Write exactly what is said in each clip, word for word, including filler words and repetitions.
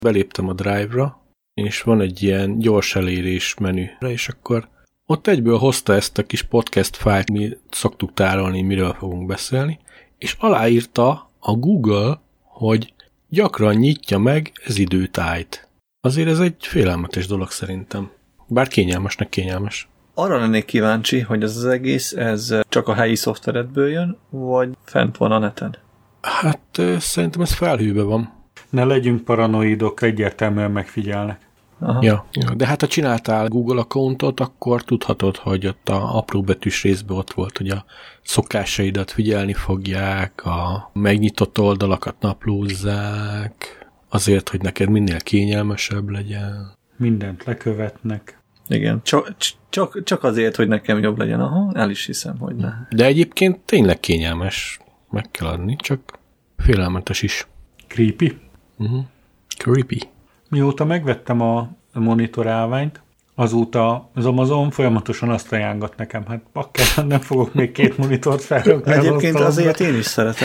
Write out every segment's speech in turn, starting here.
beléptem a Drive-ra, és van egy ilyen gyors elérés menü, és akkor ott egyből hozta ezt a kis podcast fájlt, mi szoktuk tárolni, miről fogunk beszélni, és aláírta a Google, hogy gyakran nyitja meg ez időtájt. Azért ez egy félelmetes dolog szerintem. Bár kényelmesnek kényelmes. Arra lennék kíváncsi, hogy ez az egész, ez csak a helyi szoftveredből jön, vagy fent van a neten? Hát szerintem ez felhőben van. Ne legyünk paranoidok, egyértelműen megfigyelnek. Ja, ja, de hát ha csináltál Google accountot, akkor tudhatod, hogy ott a apró betűs részben ott volt, hogy a szokásaidat figyelni fogják, a megnyitott oldalakat naplózzák, azért, hogy neked minél kényelmesebb legyen. Mindent lekövetnek. Igen, csak, csak, csak azért, hogy nekem jobb legyen. Aha, el is hiszem, hogy ne. De egyébként tényleg kényelmes, meg kell adni, csak félelmetes is. Creepy? Uh-huh. Creepy. Mióta megvettem a monitorálványt, azóta az Amazon folyamatosan azt ajánlott nekem. Hát bakker, nem fogok még két monitort felrakni. Egyébként az azért én is szeretem.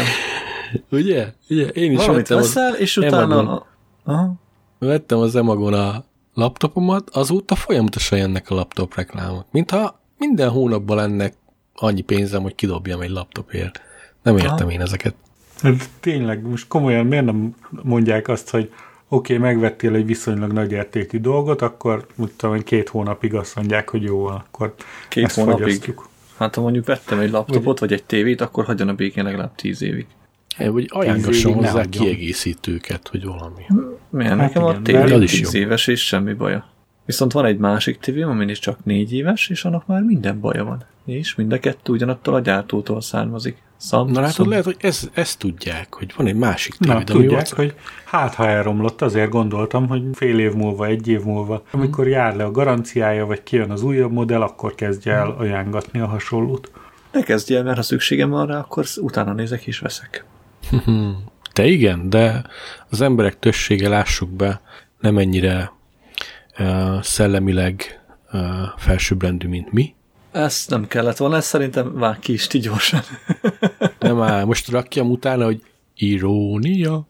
Ugye? Ugye? Én is valamit veszel, és utána... Aha. Vettem az Emagon a laptopomat, azóta folyamatosan jönnek a laptop reklámok. Mintha minden hónapban lenne annyi pénzem, hogy kidobjam egy laptopért. Nem értem Aha. én ezeket. Hát tényleg, most komolyan miért nem mondják azt, hogy oké, okay, megvettél egy viszonylag nagy értékű dolgot, akkor tudom, hogy két hónapig azt mondják, hogy jó van, akkor két ezt hónapig. Fogyasztjuk. Hát ha mondjuk vettem egy laptopot, vagy egy tévét, akkor hagyjon a békén legalább tíz évig. É, vagy ajánlgasson hozzá kiegészítőket, hogy valami. Milyen? Hát nekem igen, a tévé tíz éves, és semmi baja. Viszont van egy másik tévém, amin is csak négy éves, és annak már minden baja van. És mind a kettő ugyanattól a gyártótól származik. Szam, Na látod, lehet, hogy ezt, ezt tudják, hogy van egy másik tévé. Na, tudják, hogy hát ha elromlott, azért gondoltam, hogy fél év múlva, egy év múlva, amikor jár le a garanciája, vagy kijön az újabb modell, akkor kezdje el ajángatni a hasonlót. Ne kezdj el, mert ha szükségem van rá, akkor utána nézek és veszek. Te igen, de az emberek többsége, lássuk be, nem ennyire uh, szellemileg uh, felsőbbrendű, mint mi. Ezt nem kellett volna, ezt szerintem vág ki is ti gyorsan. Nem áll, most rakjam utána, hogy irónia,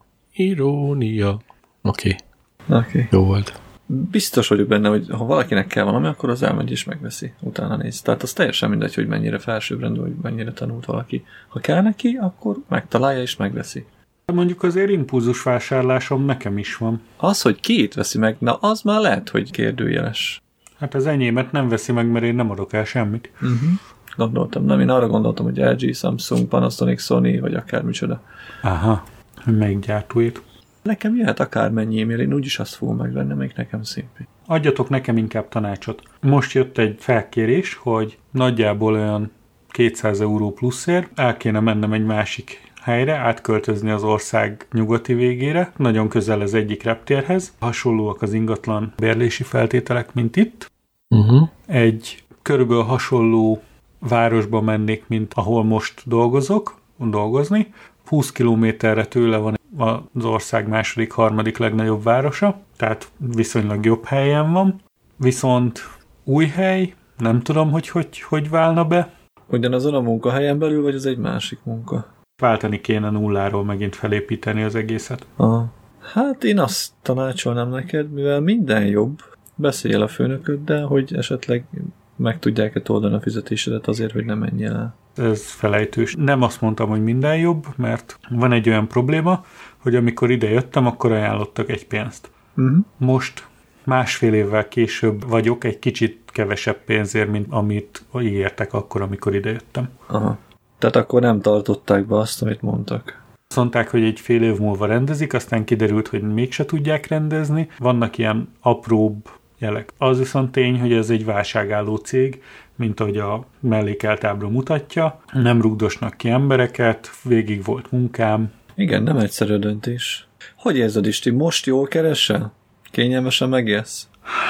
irónia. Oké. Okay. Okay. Jó volt. Biztos vagyok benne, hogy ha valakinek kell valami, akkor az elmegy és megveszi, utána néz. Tehát az teljesen mindegy, hogy mennyire felsőbbrendű, vagy mennyire tanult valaki. Ha kell neki, akkor megtalálja és megveszi. Mondjuk azért impulzus vásárlásom nekem is van. Az, hogy ki itt veszi meg, na az már lehet, hogy kérdőjeles. Hát az enyémet nem veszi meg, mert én nem adok el semmit. Uh-huh. Gondoltam, nem, én arra gondoltam, hogy el gé, Samsung, Panasonic, Sony, vagy akármicsoda. Aha, hogy melyik gyártóért. Nekem jöhet akármennyi e-mail, én úgyis azt fogom megvenni, amelyik nekem szép. Adjatok nekem inkább tanácsot. Most jött egy felkérés, hogy nagyjából olyan kétszáz euró pluszért el kéne mennem egy másik helyre, átköltözni az ország nyugati végére, nagyon közel az egyik reptérhez, hasonlóak az ingatlan bérlési feltételek, mint itt. Uh-huh. Egy körülbelül hasonló városba mennék, mint ahol most dolgozok, dolgozni. húsz kilométerre tőle van az ország második, harmadik legnagyobb városa, tehát viszonylag jobb helyen van. Viszont új hely, nem tudom, hogy hogy, hogy válna be. Ugyanazon a munkahelyen belül, vagy az egy másik munka? Váltani kéne nulláról megint felépíteni az egészet. Aha. Hát én azt tanácsolnám neked, mivel minden jobb, beszélj el a főnököddel, hogy esetleg meg tudják-e oldani a fizetésedet azért, hogy ne menjél el. Ez felejtős. Nem azt mondtam, hogy minden jobb, mert van egy olyan probléma, hogy amikor ide jöttem, akkor ajánlottak egy pénzt. Uh-huh. Most másfél évvel később vagyok egy kicsit kevesebb pénzért, mint amit ígértek akkor, amikor ide jöttem. Aha. Tehát akkor nem tartották be azt, amit mondtak. Azt mondták, hogy egy fél év múlva rendezik, aztán kiderült, hogy mégse tudják rendezni. Vannak ilyen apróbb jelek. Az viszont tény, hogy ez egy válságálló cég, mint ahogy a mellékelt ábra mutatja. Nem rugdosnak ki embereket, végig volt munkám. Igen, nem egyszerű döntés. Hogy érzed, Isti, most jól keresel? Kényelmesen megélsz?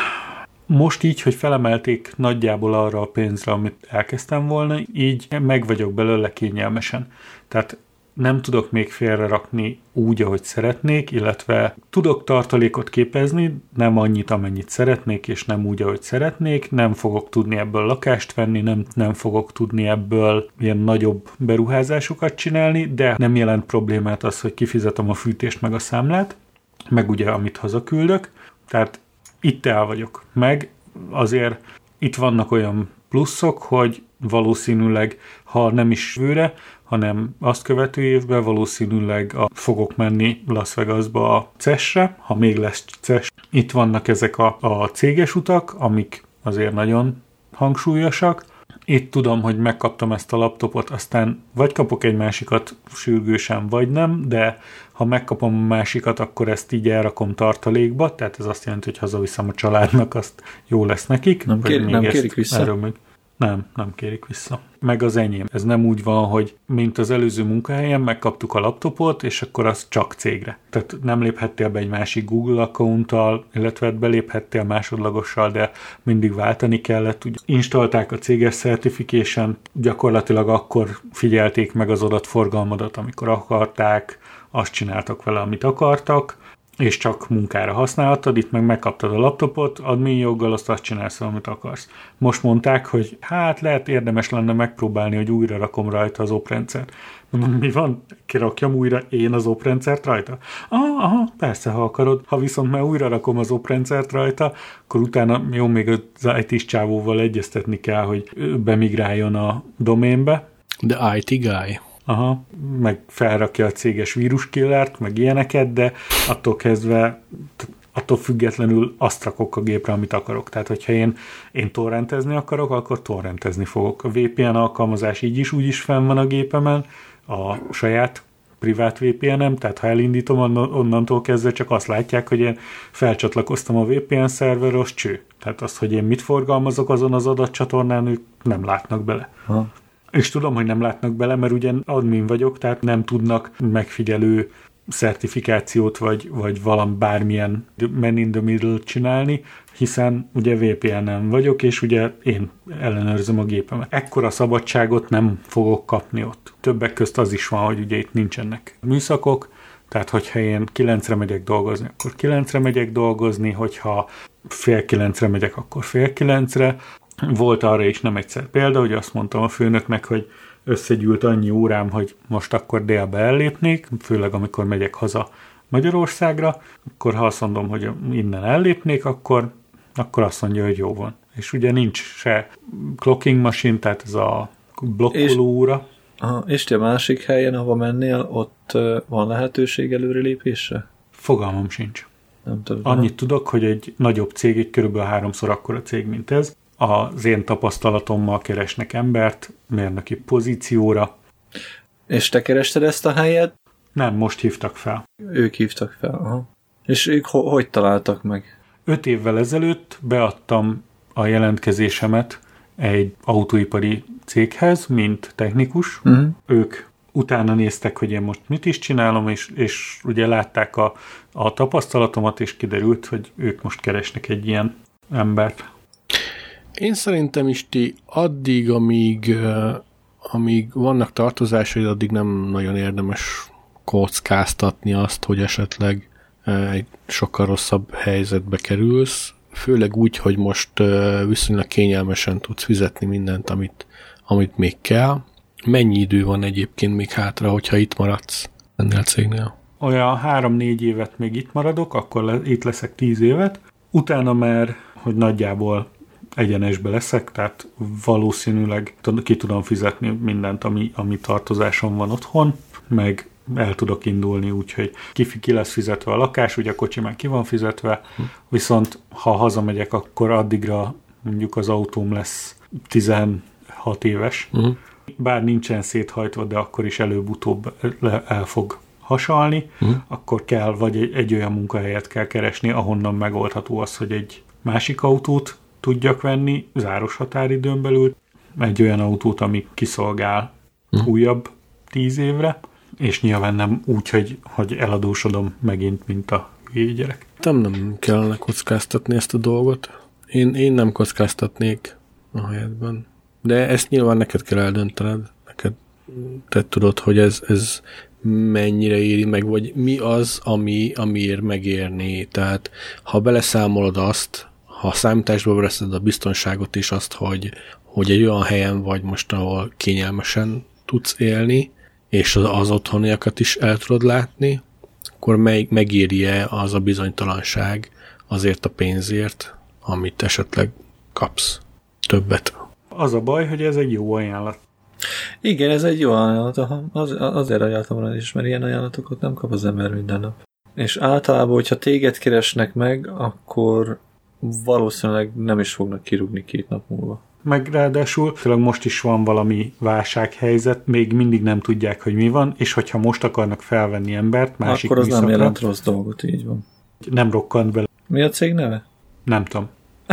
Most így, hogy felemelték nagyjából arra a pénzre, amit elkezdtem volna, így meg vagyok belőle kényelmesen. Tehát nem tudok még félrerakni úgy, ahogy szeretnék, illetve tudok tartalékot képezni, nem annyit, amennyit szeretnék, és nem úgy, ahogy szeretnék, nem fogok tudni ebből lakást venni, nem, nem fogok tudni ebből ilyen nagyobb beruházásokat csinálni, de nem jelent problémát az, hogy kifizetem a fűtést meg a számlát, meg ugye amit hazaküldök, tehát itt el vagyok. Meg azért itt vannak olyan pluszok, hogy valószínűleg, ha nem is jövőre, hanem azt követő évben valószínűleg a, fogok menni Las Vegasba a cé e es-re, ha még lesz cé e es. Itt vannak ezek a, a céges utak, amik azért nagyon hangsúlyosak. Itt tudom, hogy megkaptam ezt a laptopot, aztán vagy kapok egy másikat sürgősen, vagy nem, de ha megkapom a másikat, akkor ezt így elrakom tartalékba, tehát ez azt jelenti, hogy hazaviszem a családnak, azt jó lesz nekik. Nem, kér, nem kérik vissza? Még, nem, nem kérik vissza. Meg az enyém. Ez nem úgy van, hogy mint az előző munkahelyen megkaptuk a laptopot, és akkor az csak cégre. Tehát nem léphettél be egy másik Google accounttal, illetve beléphettél másodlagossal, de mindig váltani kellett. Úgy installták a céges certification, gyakorlatilag akkor figyelték meg az adatforgalmadat, amikor akarták, azt csináltak vele, amit akartak, és csak munkára használhatod, itt meg megkaptad a laptopot, admin joggal azt azt csinálsz, amit akarsz. Most mondták, hogy hát lehet érdemes lenne megpróbálni, hogy újra rakom rajta az oprendszert. Mondom, mi van? Kirakjam újra én az oprendszert rajta? Ah, aha, persze, ha akarod. Ha viszont már újra rakom az oprendszert rajta, akkor utána jó, még az í té-s csávóval egyeztetni kell, hogy bemigráljon a doménbe. The í té guy. Aha, meg felrakja a céges víruskillert, meg ilyeneket, de attól kezdve, attól függetlenül azt rakok a gépre, amit akarok. Tehát, hogyha én, én torrentezni akarok, akkor torrentezni fogok. A vé pé en alkalmazás így is, úgy is fenn van a gépemen, a saját privát vé pé en-em, tehát ha elindítom, onnantól kezdve csak azt látják, hogy én felcsatlakoztam a vé pé en szerverre, az cső. Tehát azt, hogy én mit forgalmazok azon az adatcsatornán, ők nem látnak bele. Ha. És tudom, hogy nem látnak bele, mert ugyan admin vagyok, tehát nem tudnak megfigyelő szertifikációt, vagy, vagy valami bármilyen man in the middle csinálni, hiszen ugye vé pé en-en vagyok, és ugye én ellenőrzöm a gépemet. Ekkora szabadságot nem fogok kapni ott. Többek közt az is van, hogy ugye itt nincsenek műszakok, tehát hogyha én kilencre megyek dolgozni, akkor kilencre megyek dolgozni, hogyha fél kilencre megyek, akkor fél kilencre. Volt arra is nem egyszer példa, hogy azt mondtam a főnöknek, hogy összegyűlt annyi órám, hogy most akkor délbe ellépnék, főleg amikor megyek haza Magyarországra, akkor ha azt mondom, hogy innen ellépnék, akkor, akkor azt mondja, hogy jó van. És ugye nincs se clocking machine, tehát ez a blokkoló óra. Aha, és te másik helyen, ahova mennél, ott van lehetőség előrelépésre? Fogalmam sincs. Nem tudom. Annyit tudok, hogy egy nagyobb cég, egy körülbelül háromszor akkora cég, mint ez, az én tapasztalatommal keresnek embert, mérnöki pozícióra. És te kerested ezt a helyet? Nem, most hívtak fel. Ők hívtak fel, aha. És ők ho- hogy találtak meg? Öt évvel ezelőtt beadtam a jelentkezésemet egy autóipari céghez, mint technikus. Uh-huh. Ők utána néztek, hogy én most mit is csinálom, és, és ugye látták a, a tapasztalatomat, és kiderült, hogy ők most keresnek egy ilyen embert. Én szerintem is ti addig, amíg, amíg vannak tartozásaid, addig nem nagyon érdemes kockáztatni azt, hogy esetleg egy sokkal rosszabb helyzetbe kerülsz, főleg úgy, hogy most viszonylag kényelmesen tudsz fizetni mindent, amit, amit még kell. Mennyi idő van egyébként még hátra, hogyha itt maradsz ennél a cégnél? Olyan három-négy évet még itt maradok, akkor le, itt leszek tíz évet. Utána már, hogy nagyjából egyenesbe leszek, tehát valószínűleg ki tudom fizetni mindent, ami, ami tartozásom van otthon, meg el tudok indulni, úgyhogy ki, ki lesz fizetve a lakás, ugye a kocsi már ki van fizetve, hm. viszont ha hazamegyek, akkor addigra mondjuk az autóm lesz tizenhat éves, hm. bár nincsen széthajtva, de akkor is előbb-utóbb el fog hasalni, hm. akkor kell, vagy egy, egy olyan munkahelyet kell keresni, ahonnan megoldható az, hogy egy másik autót tudjak venni záros határidőn belül, egy olyan autót, ami kiszolgál hm. újabb tíz évre, és nyilván nem úgy, hogy, hogy eladósodom megint, mint a hülye gyerek. Nem, nem kellene kockáztatni ezt a dolgot. Én, én nem kockáztatnék a helyetben. De ezt nyilván neked kell eldöntened. Neked te tudod, hogy ez, ez mennyire éri meg, vagy mi az, ami, amiért megérni. Tehát ha beleszámolod azt, ha számításba veszed a biztonságot és azt, hogy, hogy egy olyan helyen vagy most, ahol kényelmesen tudsz élni, és az, az otthoniakat is el tudod látni, akkor meg, megéri-e az a bizonytalanság azért a pénzért, amit esetleg kapsz többet. Az a baj, hogy ez egy jó ajánlat. Igen, ez egy jó ajánlat. Az, azért ajánlatom rá is, mert ilyen ajánlatokat nem kap az ember minden nap. És általában, hogyha téged keresnek meg, akkor valószínűleg nem is fognak kirúgni két nap múlva. Meg ráadásul most is van valami válsághelyzet, még mindig nem tudják, hogy mi van, és hogyha most akarnak felvenni embert másik akkor az műszakra, nem jelent rossz dolgot, így van. Nem rokkant bele. Mi a cég neve? Nem tudom.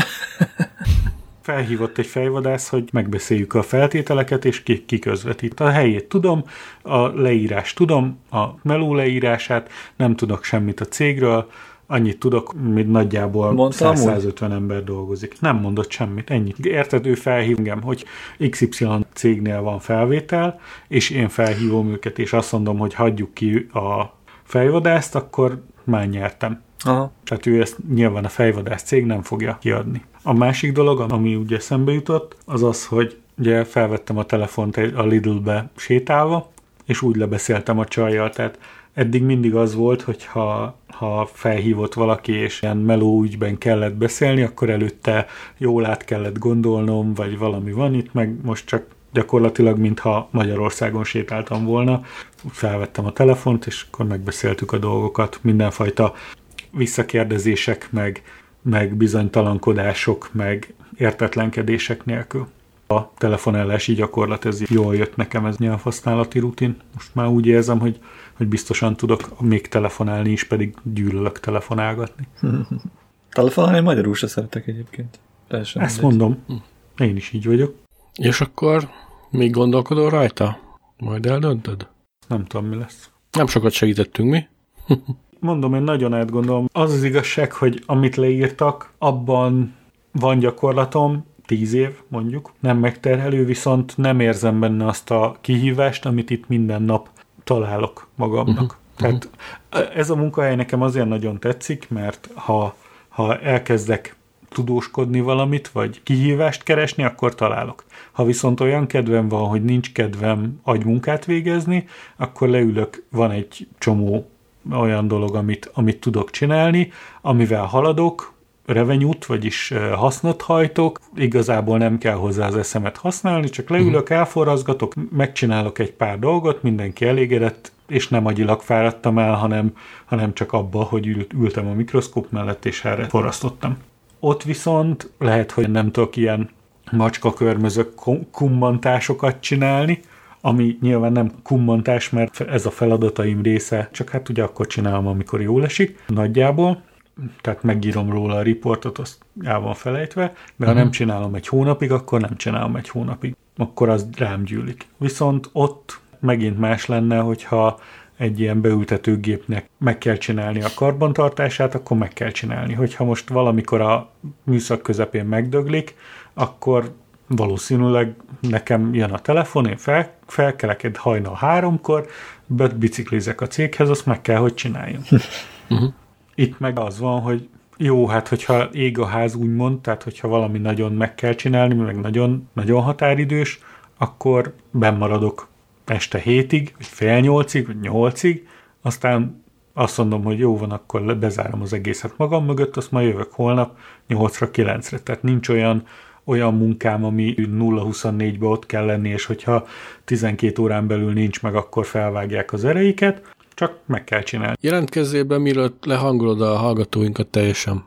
Felhívott egy fejvadász, hogy megbeszéljük a feltételeket, és ki, ki közvetít. A helyét tudom, a leírás tudom, a meló leírását, nem tudok semmit a cégről, annyit tudok, mint nagyjából száz-százötven ember dolgozik. Nem mondott semmit, ennyit. Érted, ő felhív engem, hogy iksz ipszilon cégnél van felvétel, és én felhívom őket, és azt mondom, hogy hagyjuk ki a fejvadászt, akkor már nyertem. Aha. Tehát ő ezt nyilván a fejvadász cég nem fogja kiadni. A másik dolog, ami ugye eszembe jutott, az az, hogy ugye felvettem a telefont a Lidl-be sétálva, és úgy lebeszéltem a csajjal, tehát eddig mindig az volt, hogy ha, ha felhívott valaki, és ilyen meló ügyben kellett beszélni, akkor előtte jól át kellett gondolnom, vagy valami van itt, meg most csak gyakorlatilag, mintha Magyarországon sétáltam volna. Felvettem a telefont, és akkor megbeszéltük a dolgokat, mindenfajta visszakérdezések, meg, meg bizonytalankodások, meg értetlenkedések nélkül. A telefonállási gyakorlat, ez jól jött nekem, ez nyelvhasználati rutin. Most már úgy érzem, hogy, hogy biztosan tudok még telefonálni is, pedig gyűlölök telefonálgatni. Telefonálni magyarul se szeretek egyébként. Teljesen Ezt mindegy. Mondom. Én is így vagyok. És akkor még gondolkodol rajta? Majd eldöntöd? Nem tudom, mi lesz. Nem sokat segítettünk, mi? Mondom, én nagyon átgondolom. Az az igazság, hogy amit leírtak, abban van gyakorlatom, tíz év mondjuk, nem megterhelő, viszont nem érzem benne azt a kihívást, amit itt minden nap találok magamnak. Uh-huh. Tehát ez a munkahely nekem azért nagyon tetszik, mert ha, ha elkezdek tudóskodni valamit, vagy kihívást keresni, akkor találok. Ha viszont olyan kedvem van, hogy nincs kedvem agymunkát végezni, akkor leülök, van egy csomó olyan dolog, amit, amit tudok csinálni, amivel haladok, revenyút, vagyis hasznot hajtok, igazából nem kell hozzá az eszemet használni, csak leülök, elforrazgatok, megcsinálok egy pár dolgot, mindenki elégedett, és nem agyilag fáradtam el, hanem, hanem csak abba, hogy ült, ültem a mikroszkóp mellett, és erre forrasztottam. Ott viszont lehet, hogy nem tudok ilyen macskakörmözök kummantásokat csinálni, ami nyilván nem kummantás, mert ez a feladataim része, csak hát ugye akkor csinálom, amikor jól esik, nagyjából, tehát megírom róla a riportot, azt el van felejtve, de uh-huh. ha nem csinálom egy hónapig, akkor nem csinálom egy hónapig. Akkor az rám gyűlik. Viszont ott megint más lenne, hogyha egy ilyen beültetőgépnek meg kell csinálni a karbantartását, akkor meg kell csinálni. Hogyha most valamikor a műszak közepén megdöglik, akkor valószínűleg nekem jön a telefon, én fel, felkelek egy hajnal háromkor, biciklizek a céghez, azt meg kell, hogy csináljam. Uh-huh. Itt meg az van, hogy jó, hát hogyha ég a ház úgymond, tehát hogyha valami nagyon meg kell csinálni, meg nagyon, nagyon határidős, akkor bennmaradok este hétig, vagy fél nyolcig, vagy nyolcig, aztán azt mondom, hogy jó van, akkor bezárom az egészet magam mögött, azt majd jövök holnap nyolcra, kilencre. Tehát nincs olyan, olyan munkám, ami nulla huszonnégyben ott kell lenni, és hogyha tizenkét órán belül nincs meg, akkor felvágják az ereiket, csak meg kell csinálni. Jelentkezzél be, mielőtt lehangolod a hallgatóinkat teljesen.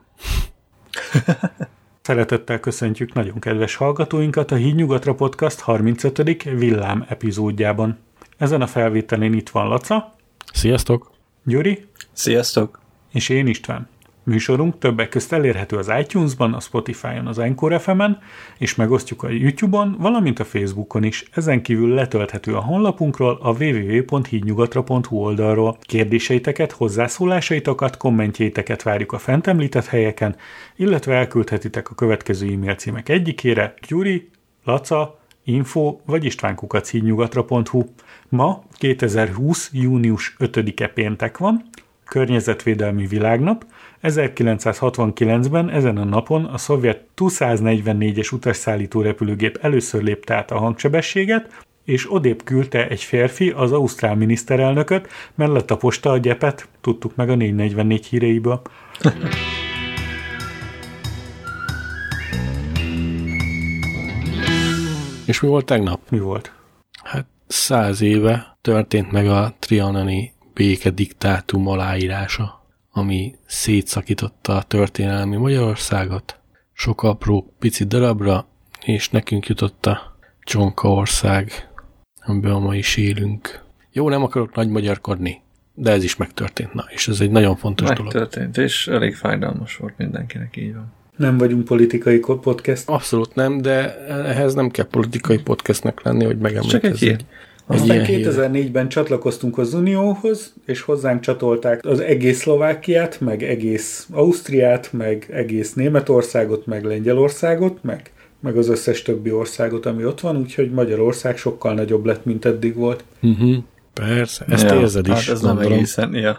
Szeretettel köszöntjük nagyon kedves hallgatóinkat a Hídnyugatra Podcast harmincötödik villám epizódjában. Ezen a felvételén itt van Laca. Sziasztok! Gyuri. Sziasztok! És én István. Műsorunk többek közt elérhető az iTunes-ban, a Spotify-on, az Anchor ef emen, és megosztjuk a YouTube-on, valamint a Facebookon is. Ezen kívül letölthető a honlapunkról, a double-u double-u double-u pont hídnyugatra pont hu oldalról. Kérdéseiteket, hozzászólásaitokat, kommentjeiteket várjuk a fent említett helyeken, illetve elküldhetitek a következő e-mail címek egyikére, Gyuri, Laca, info vagy istvánkukac hídnyugatra pont hu. Ma kétezer-húsz. június ötödike péntek van, Környezetvédelmi Világnap. ezerkilencszázhatvankilencben ezen a napon a szovjet Tu száznegyvennégyes utasszállító repülőgép először lépte át a hangsebességet, és odébb küldte egy férfi az ausztrál miniszterelnököt, mellett a posta a gyepet, tudtuk meg a négy negyvennégy híreiből. És mi volt tegnap? Mi volt? Hát száz éve történt meg a trianoni béke diktátum aláírása, ami szétszakította a történelmi Magyarországot, sok apró pici darabra, és nekünk jutott a Csonkaország, amiben ma is élünk. Jó, nem akarok nagy magyarkodni, de ez is megtörtént. Na, és ez egy nagyon fontos megtörtént, dolog. Megtörtént, és elég fájdalmas volt mindenkinek, így van. Nem vagyunk politikai podcast. Abszolút nem, de ehhez nem kell politikai podcastnek lenni, hogy megemlítezzük. Csak egy hír. Aztán kétezer-négyben csatlakoztunk az Unióhoz, és hozzánk csatolták az egész Szlovákiát, meg egész Ausztriát, meg egész Németországot, meg Lengyelországot, meg, meg az összes többi országot, ami ott van, úgyhogy Magyarország sokkal nagyobb lett, mint eddig volt. Uh-huh. Persze, ezt ja, érzed is. Hát ez nem egészen, ja.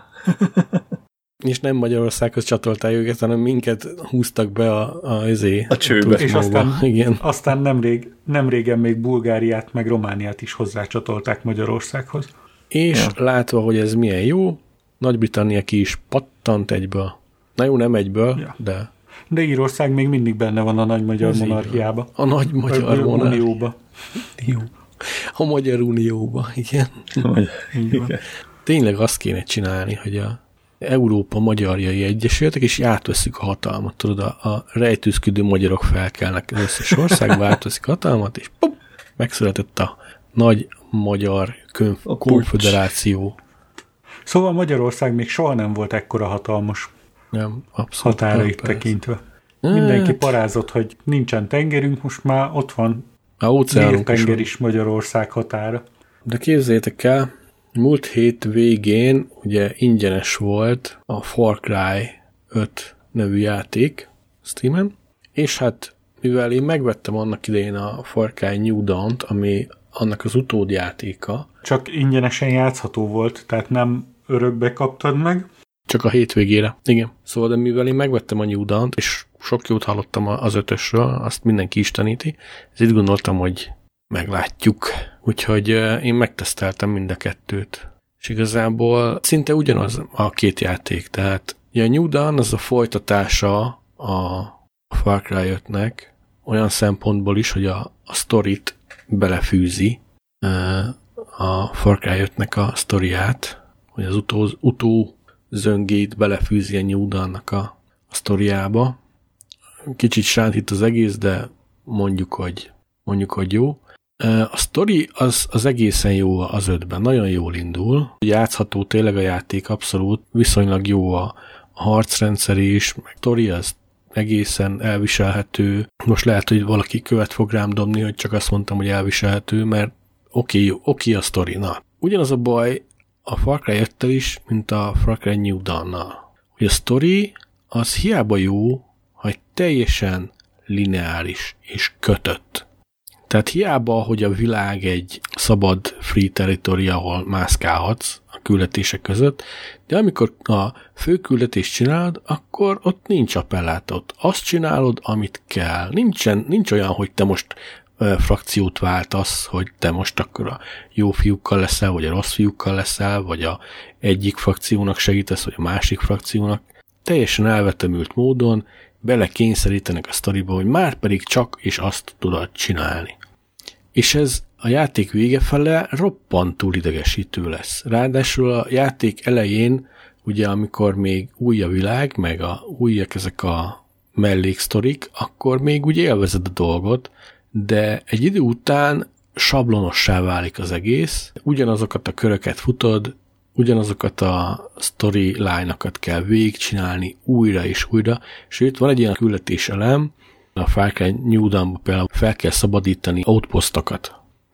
És nem Magyarországhoz csatolták őket, hanem minket húztak be a, a, a, a csőbe. És aztán, igen. aztán nemrég, nem régen még Bulgáriát, meg Romániát is hozzácsatolták Magyarországhoz. És ja. látva, hogy ez milyen jó, Nagy-Britannia ki is pattant egyből. Na jó, nem egyből, ja. de... De Írország még mindig benne van a nagy magyar ez monarchiába. A nagy magyar monarchiába. Jó. A Magyar Unióba, igen. igen. Tényleg azt kéne csinálni, hogy a Európa magyarjai egyesültek, és átveszik a hatalmat. Tudod, a, a rejtőzködő magyarok felkelnek az összes országba, átveszik a hatalmat, és pop, megszületett a nagy magyar könyv, a konfederáció. Szóval Magyarország még soha nem volt ekkora hatalmas. Nem, abszolút. Határait tekintve. Mindenki parázott, hogy nincsen tengerünk, most már ott van tenger is Magyarország határa. De képzeljétek el, múlt hét végén ugye ingyenes volt a Far Cry öt nevű játék Steamen, és hát mivel én megvettem annak idején a Far Cry New Dawn-t, ami annak az utódjátéka. Csak ingyenesen játszható volt, tehát nem örökbe kaptad meg. Csak a hétvégére, igen. Szóval, de mivel én megvettem a New Dawn-t, és sok jót hallottam az ötösről, azt mindenki isteníti, ezért gondoltam, hogy meglátjuk. Úgyhogy én megteszteltem mind a kettőt. És igazából szinte ugyanaz a két játék, tehát a New Dawn az a folytatása a Far Cry ötnek, olyan szempontból is, hogy a, a sztorit belefűzi, a Far Cry ötnek a sztoriát, hogy az utó, utó zöngét belefűzi a New Dawn-nak a, a sztoriába. Kicsit sántít az egész, de mondjuk, hogy, mondjuk, hogy jó. A sztori az, az egészen jó az ötben, nagyon jól indul. Játszható tényleg a játék, abszolút, viszonylag jó a, a harcrendszer is, meg a sztori az egészen elviselhető. Most lehet, hogy valaki követ fog rám dobni, hogy csak azt mondtam, hogy elviselhető, mert oké, okay, oké okay a sztori. Na, ugyanaz a baj a Far Cry öttel is, mint a Far Cry New Dawn-nal. Hogy a sztori az hiába jó, hogy teljesen lineáris és kötött. Tehát hiába, hogy a világ egy szabad free territory, ahol mászkálhatsz a küldetések között, de amikor a fő küldetést csinálod, akkor ott nincs appellátod. Azt csinálod, amit kell. Nincsen, nincs olyan, hogy te most uh, frakciót váltasz, hogy te most akkor a jó fiúkkal leszel, vagy a rossz fiúkkal leszel, vagy a egyik frakciónak segítesz, vagy a másik frakciónak. Teljesen elvetemült módon bele kényszerítenek a sztoriba, hogy már pedig csak és azt tudod csinálni. És ez a játék vége fele roppantul idegesítő lesz. Ráadásul a játék elején, ugye amikor még új a világ, meg a újak ezek a melléksztorik, akkor még úgy élvezed a dolgot, de egy idő után sablonossá válik az egész, ugyanazokat a köröket futod, ugyanazokat a storyline-okat kell végigcsinálni újra és újra, sőt, van egy ilyen küldetés elem, a Far Cry New Dawn-ban például fel kell szabadítani outpostokat.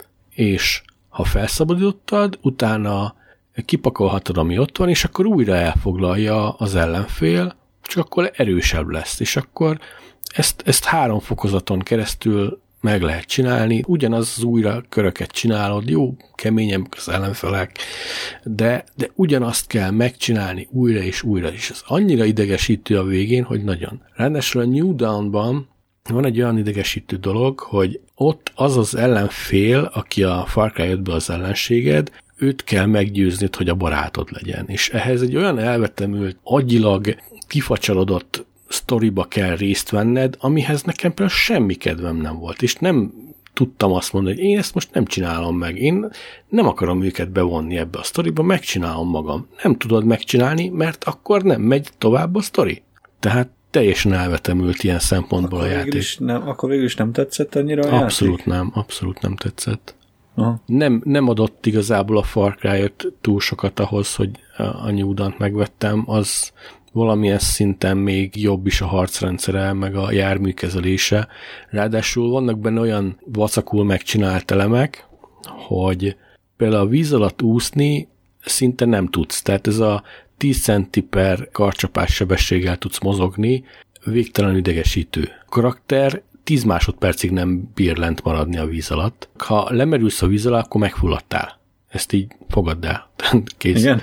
És ha felszabadítottad, utána kipakolhatod, ami ott van, és akkor újra elfoglalja az ellenfél, csak akkor erősebb lesz. És akkor ezt, ezt három fokozaton keresztül meg lehet csinálni, ugyanaz az újra köröket csinálod, jó, keményebbek az ellenfelek, de, de ugyanazt kell megcsinálni újra és újra, és ez annyira idegesítő a végén, hogy nagyon. Ráadásul a New Dawn-ban van egy olyan idegesítő dolog, hogy oké, ott az az ellenfél, aki a Far Cry ötben az ellenséged, őt kell meggyőzned, hogy a barátod legyen. És ehhez egy olyan elvetemült, agyilag kifacsarodott sztoriba kell részt venned, amihez nekem például semmi kedvem nem volt, és nem tudtam azt mondani, hogy én ezt most nem csinálom meg, én nem akarom őket bevonni ebbe a sztoriba, megcsinálom magam. Nem tudod megcsinálni, mert akkor nem megy tovább a sztori. Tehát teljesen elvetemült ilyen szempontból akkor a játék. Is nem, akkor végül is nem tetszett annyira a Abszolút játék? nem, abszolút nem tetszett. Aha. Nem, nem adott igazából a Far Cry öt túl sokat ahhoz, hogy a New Dawn-t megvettem, az valamilyen szinten még jobb is a harcrendszere, meg a járműkezelése. Ráadásul vannak benne olyan vacakul megcsinált elemek, hogy például a víz alatt úszni szinte nem tudsz. Tehát ez a tíz centi per karcsapás sebességgel tudsz mozogni, végtelen idegesítő. A karakter tíz másodpercig nem bír lent maradni a víz alatt. Ha lemerülsz a víz alá, akkor megfulladtál. Ezt így fogadd el. Kész. Igen.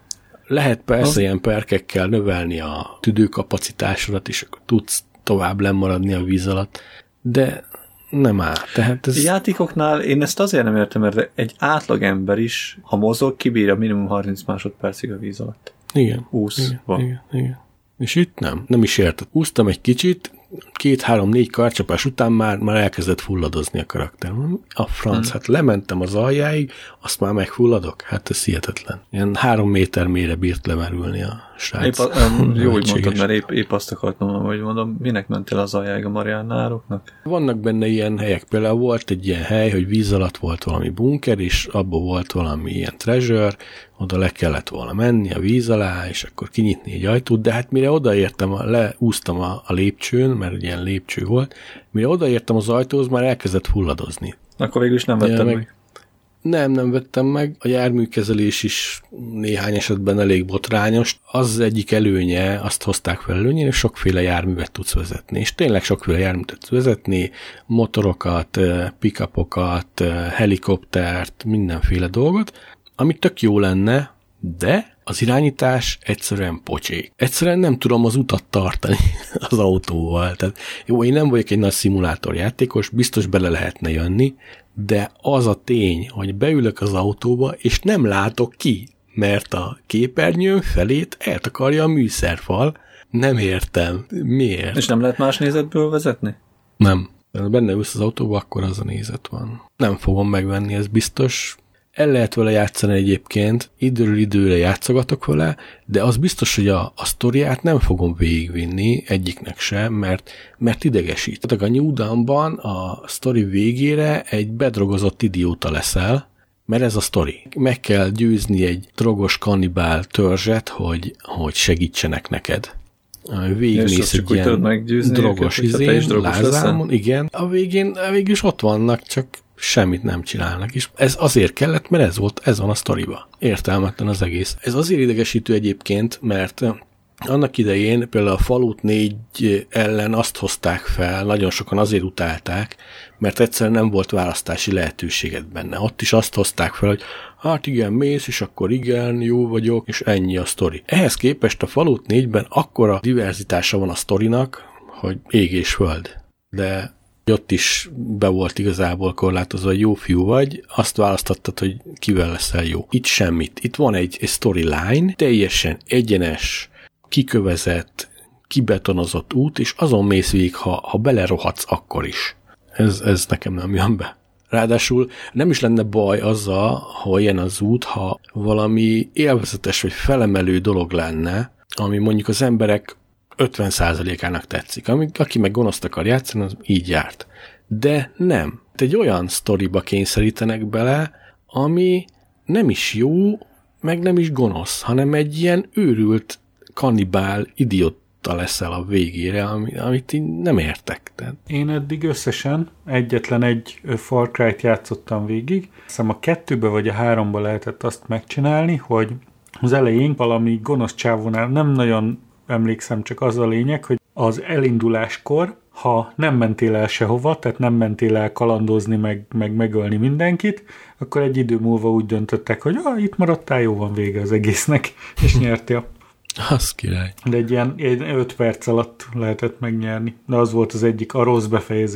Lehet persze az... ilyen perkekkel növelni a tüdőkapacitásodat, és akkor tudsz tovább lemaradni a víz alatt, de nem áll. Tehát ez... Játékoknál én ezt azért nem értem, mert egy átlagember is, ha mozog, kibírja minimum harminc másodpercig a víz alatt. Igen. Úsz. Igen, igen, igen. És itt nem. Nem is érted. Úsztam egy kicsit, két-három-négy karcsapás után már, már elkezdett fulladozni a karakter. A franc, hmm. hát lementem az aljáig, azt már megfulladok? Hát ez hihetetlen. Ilyen három méter mélyre bírt lemerülni a srác. Épp a, um, jó, hogy mondtad, mert épp, épp azt akartam, hogy mondom, minek mentél az aljáig a Mariannároknak? Vannak benne ilyen helyek. Például volt egy ilyen hely, hogy víz alatt volt valami bunker, és abban volt valami ilyen treasure, oda le kellett volna menni a víz alá, és akkor kinyitni egy ajtót, de hát mire odaértem, leúztam a, a lépcsőn, mert ilyen lépcső volt, mire odaértem az ajtóhoz, már elkezdett fulladozni. Akkor végül is nem vettem meg. meg. Nem, nem vettem meg. A járműkezelés is néhány esetben elég botrányos. Az, az egyik előnye, azt hozták fel előnyén, és sokféle járművet tudsz vezetni. És tényleg sokféle járművet tudsz vezetni, motorokat, pick-upokat, helikoptert, mindenféle dolgot, ami tök jó lenne, de az irányítás egyszerűen pocsék. Egyszerűen nem tudom az utat tartani az autóval. Tehát jó, én nem vagyok egy nagy szimulátorjátékos, biztos bele lehetne jönni, de az a tény, hogy beülök az autóba, és nem látok ki, mert a képernyőm felét eltakarja a műszerfal. Nem értem. Miért? És nem lehet más nézetből vezetni? Nem. Ha benne ülsz az autóba, akkor az a nézet van. Nem fogom megvenni, ez biztos. El lehet vele játszani egyébként, időről időre játszogatok vele, de az biztos, hogy a, a sztoriát nem fogom végigvinni egyiknek sem, mert, mert idegesít. Tehát a New Dawn-ban a sztori végére egy bedrogozott idióta leszel, mert ez a sztori. Meg kell győzni egy drogos kannibál törzset, hogy, hogy segítsenek neked. Végignéz egy ilyen drogos izén, lázámon, igen. A végén végül is ott vannak, csak semmit nem csinálnak. És ez azért kellett, mert ez volt, ez van a sztoriba. Értelmetlen az egész. Ez azért idegesítő egyébként, mert annak idején például a Fallout négy ellen azt hozták fel, nagyon sokan azért utálták, mert egyszerűen nem volt választási lehetőséged benne. Ott is azt hozták fel, hogy hát igen, mész, és akkor igen, jó vagyok, és ennyi a sztori. Ehhez képest a Fallout négyben akkora diverzitása van a sztorinak, hogy ég és föld. De ott is be volt igazából korlátozva, hogy jó fiú vagy, azt választottad, hogy kivel leszel jó. Itt semmit. Itt van egy, egy storyline, teljesen egyenes, kikövezett, kibetonozott út, és azon mész végig, ha, ha belerohadsz, akkor is. Ez, ez nekem nem jön be. Ráadásul nem is lenne baj azzal, ha ilyen az út, ha valami élvezetes vagy felemelő dolog lenne, ami mondjuk az emberek ötven százalékának tetszik. Ami, aki meg gonoszt akar játszani, az így járt. De nem. Egy olyan sztoriba kényszerítenek bele, ami nem is jó, meg nem is gonosz, hanem egy ilyen őrült kannibál idióta leszel a végére, amit én nem értek. Tehát. Én eddig összesen egyetlen egy Far Cry-t játszottam végig. Hiszem a kettőbe vagy a háromba lehetett azt megcsinálni, hogy az elején valami gonosz csávónál nem nagyon emlékszem, csak az a lényeg, hogy az elinduláskor, ha nem mentél el sehova, tehát nem mentél el kalandozni, meg, meg megölni mindenkit, akkor egy idő múlva úgy döntöttek, hogy ah, itt maradtál, jó, van vége az egésznek, és nyertél. Az király. De egy ilyen öt perc alatt lehetett megnyerni. De az volt az egyik, a rossz befejezése. Úgy.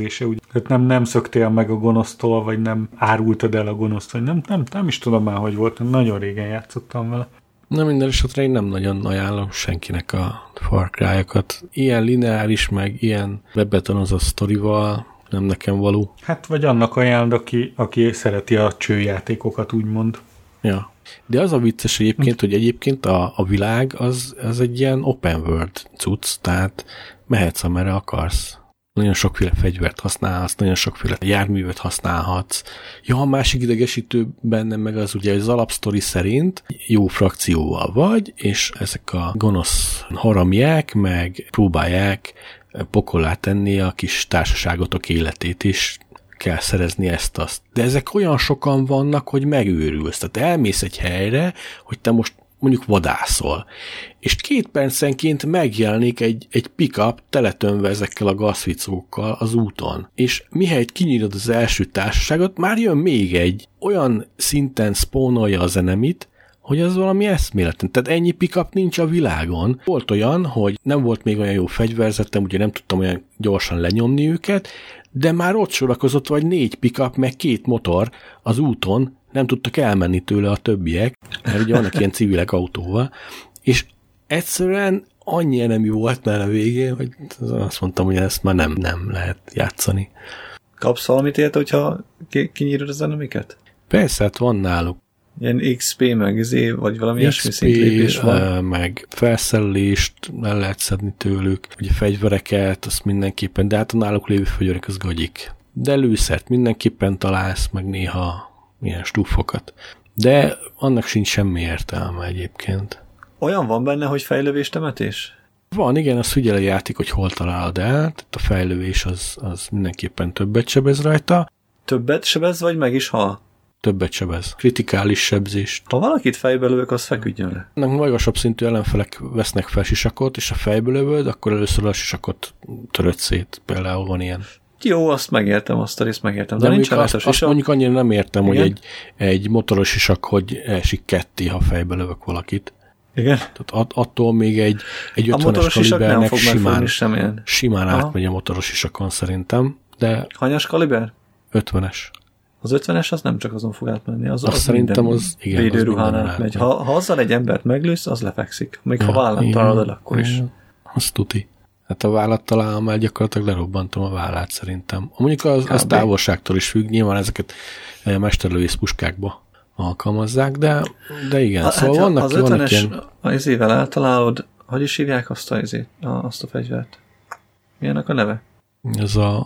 Tehát nem, nem szöktél meg a gonosztól, vagy nem árultad el a gonoszt, vagy nem, nem, nem is tudom már, hogy volt, nagyon régen játszottam vele. Na minden esetre én nem nagyon ajánlom senkinek a Far Cry-okat. Ilyen lineáris, meg ilyen bebetonozott sztorival nem nekem való. Hát vagy annak ajánlod, aki, aki szereti a csőjátékokat, úgymond. Ja. De az a vicces egyébként, hogy egyébként a, a világ az, az egy ilyen open world cucc, tehát mehetsz, amerre akarsz. Nagyon sokféle fegyvert használhatsz, nagyon sokféle járművet használhatsz. Ja, a másik idegesítő benne meg az ugye az alapsztori szerint jó frakcióval vagy, és ezek a gonosz haramják meg próbálják pokollá tenni a kis társaságotok életét is, kell szerezni ezt-azt. De ezek olyan sokan vannak, hogy megőrülsz. Tehát elmész egy helyre, hogy te most mondjuk vadászol. És két percenként megjelenik egy, egy pick-up teletönve ezekkel a gazficókkal az úton. És mihelyt kinyírod az első társaságot, már jön még egy. Olyan szinten spónolja az enemit, hogy az valami eszméletlen. Tehát ennyi pick-up nincs a világon. Volt olyan, hogy nem volt még olyan jó fegyverzetem, ugye nem tudtam olyan gyorsan lenyomni őket, de már ott sorakozott vagy négy pick-up, meg két motor az úton, nem tudtak elmenni tőle a többiek, mert ugye vannak ilyen civilek autóval, és egyszerűen annyi enemi volt már a végén, hogy azt mondtam, hogy ezt már nem, nem lehet játszani. Kapsz valamit érte, hogyha kinyírod az enemiket? Persze, hát van náluk. Ilyen iksz pé, meg zé, vagy valami ilyesmi szintlépés van. Meg felszerelést el lehet szedni tőlük, ugye fegyvereket, azt mindenképpen, de hát a náluk lévő fegyverek az gagyik. De lőszert mindenképpen találsz, meg néha ilyen stúfokat. De annak sincs semmi értelme egyébként. Olyan van benne, hogy fejlővés temetés? Van, igen, az figyel a játék, hogy hol találod el, tehát a fejlővés az, az mindenképpen többet sebez rajta. Többet sebez, vagy meg is hal? Többet sebez. Kritikális sebzést. Ha valakit fejbe lövök, az feküdjön le. Ennek magasabb szintű ellenfelek vesznek fel sisakot, és a fejbe lövöd, akkor először a sisakot töröd szét. Például van ilyen. Jó, azt megértem, azt a részt megértem. De, de nincs azt, azt mondjuk annyira nem értem, igen? Hogy egy, egy motoros sisak, hogy esik ketté, ha fejbe lövök valakit. Igen? Tehát att, attól még egy, egy ötvenes kalibernek simán, simán átmegy a motoros sisakon szerintem. De hanyas kaliber? ötvenes. Az ötvenes az nem csak azon fog átmenni, az, az, az szerintem az, igen, védőruhán átmegy. Ha, ha azzal egy embert meglősz, az lefekszik. Még ja, ha vállat találod, akkor is. Az tuti. Hát a vállat találom el, gyakorlatilag lerobbantom a vállát szerintem. Mondjuk az, az távolságtól is függ, nyilván ezeket mesterlövész puskákba alkalmazzák, de, de igen. A, szóval hát vannak, az ötvenes ilyen... az évvel eltalálod, hogy is hívják azt a, azt a fegyvert? Milyennek a neve? Ez a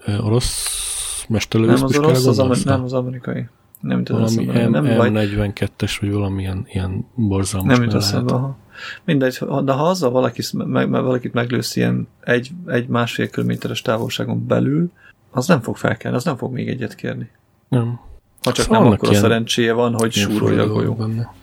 orosz mesterlövész nem az orosz, az amer- nem az amerikai. Nem tudom, valami eszembe, nem em negyvenkettes, vagy valamilyen ilyen borzalmas. Nem jut eszembe. Mindegy, de ha azzal valaki, meg, valakit meglősz ilyen egy, egy másfél kilométeres távolságon belül, az nem fog felkelni, az nem fog még egyet kérni. Nem. Ha csak szóval nem, akkor a szerencséje van, hogy súrolja a golyó.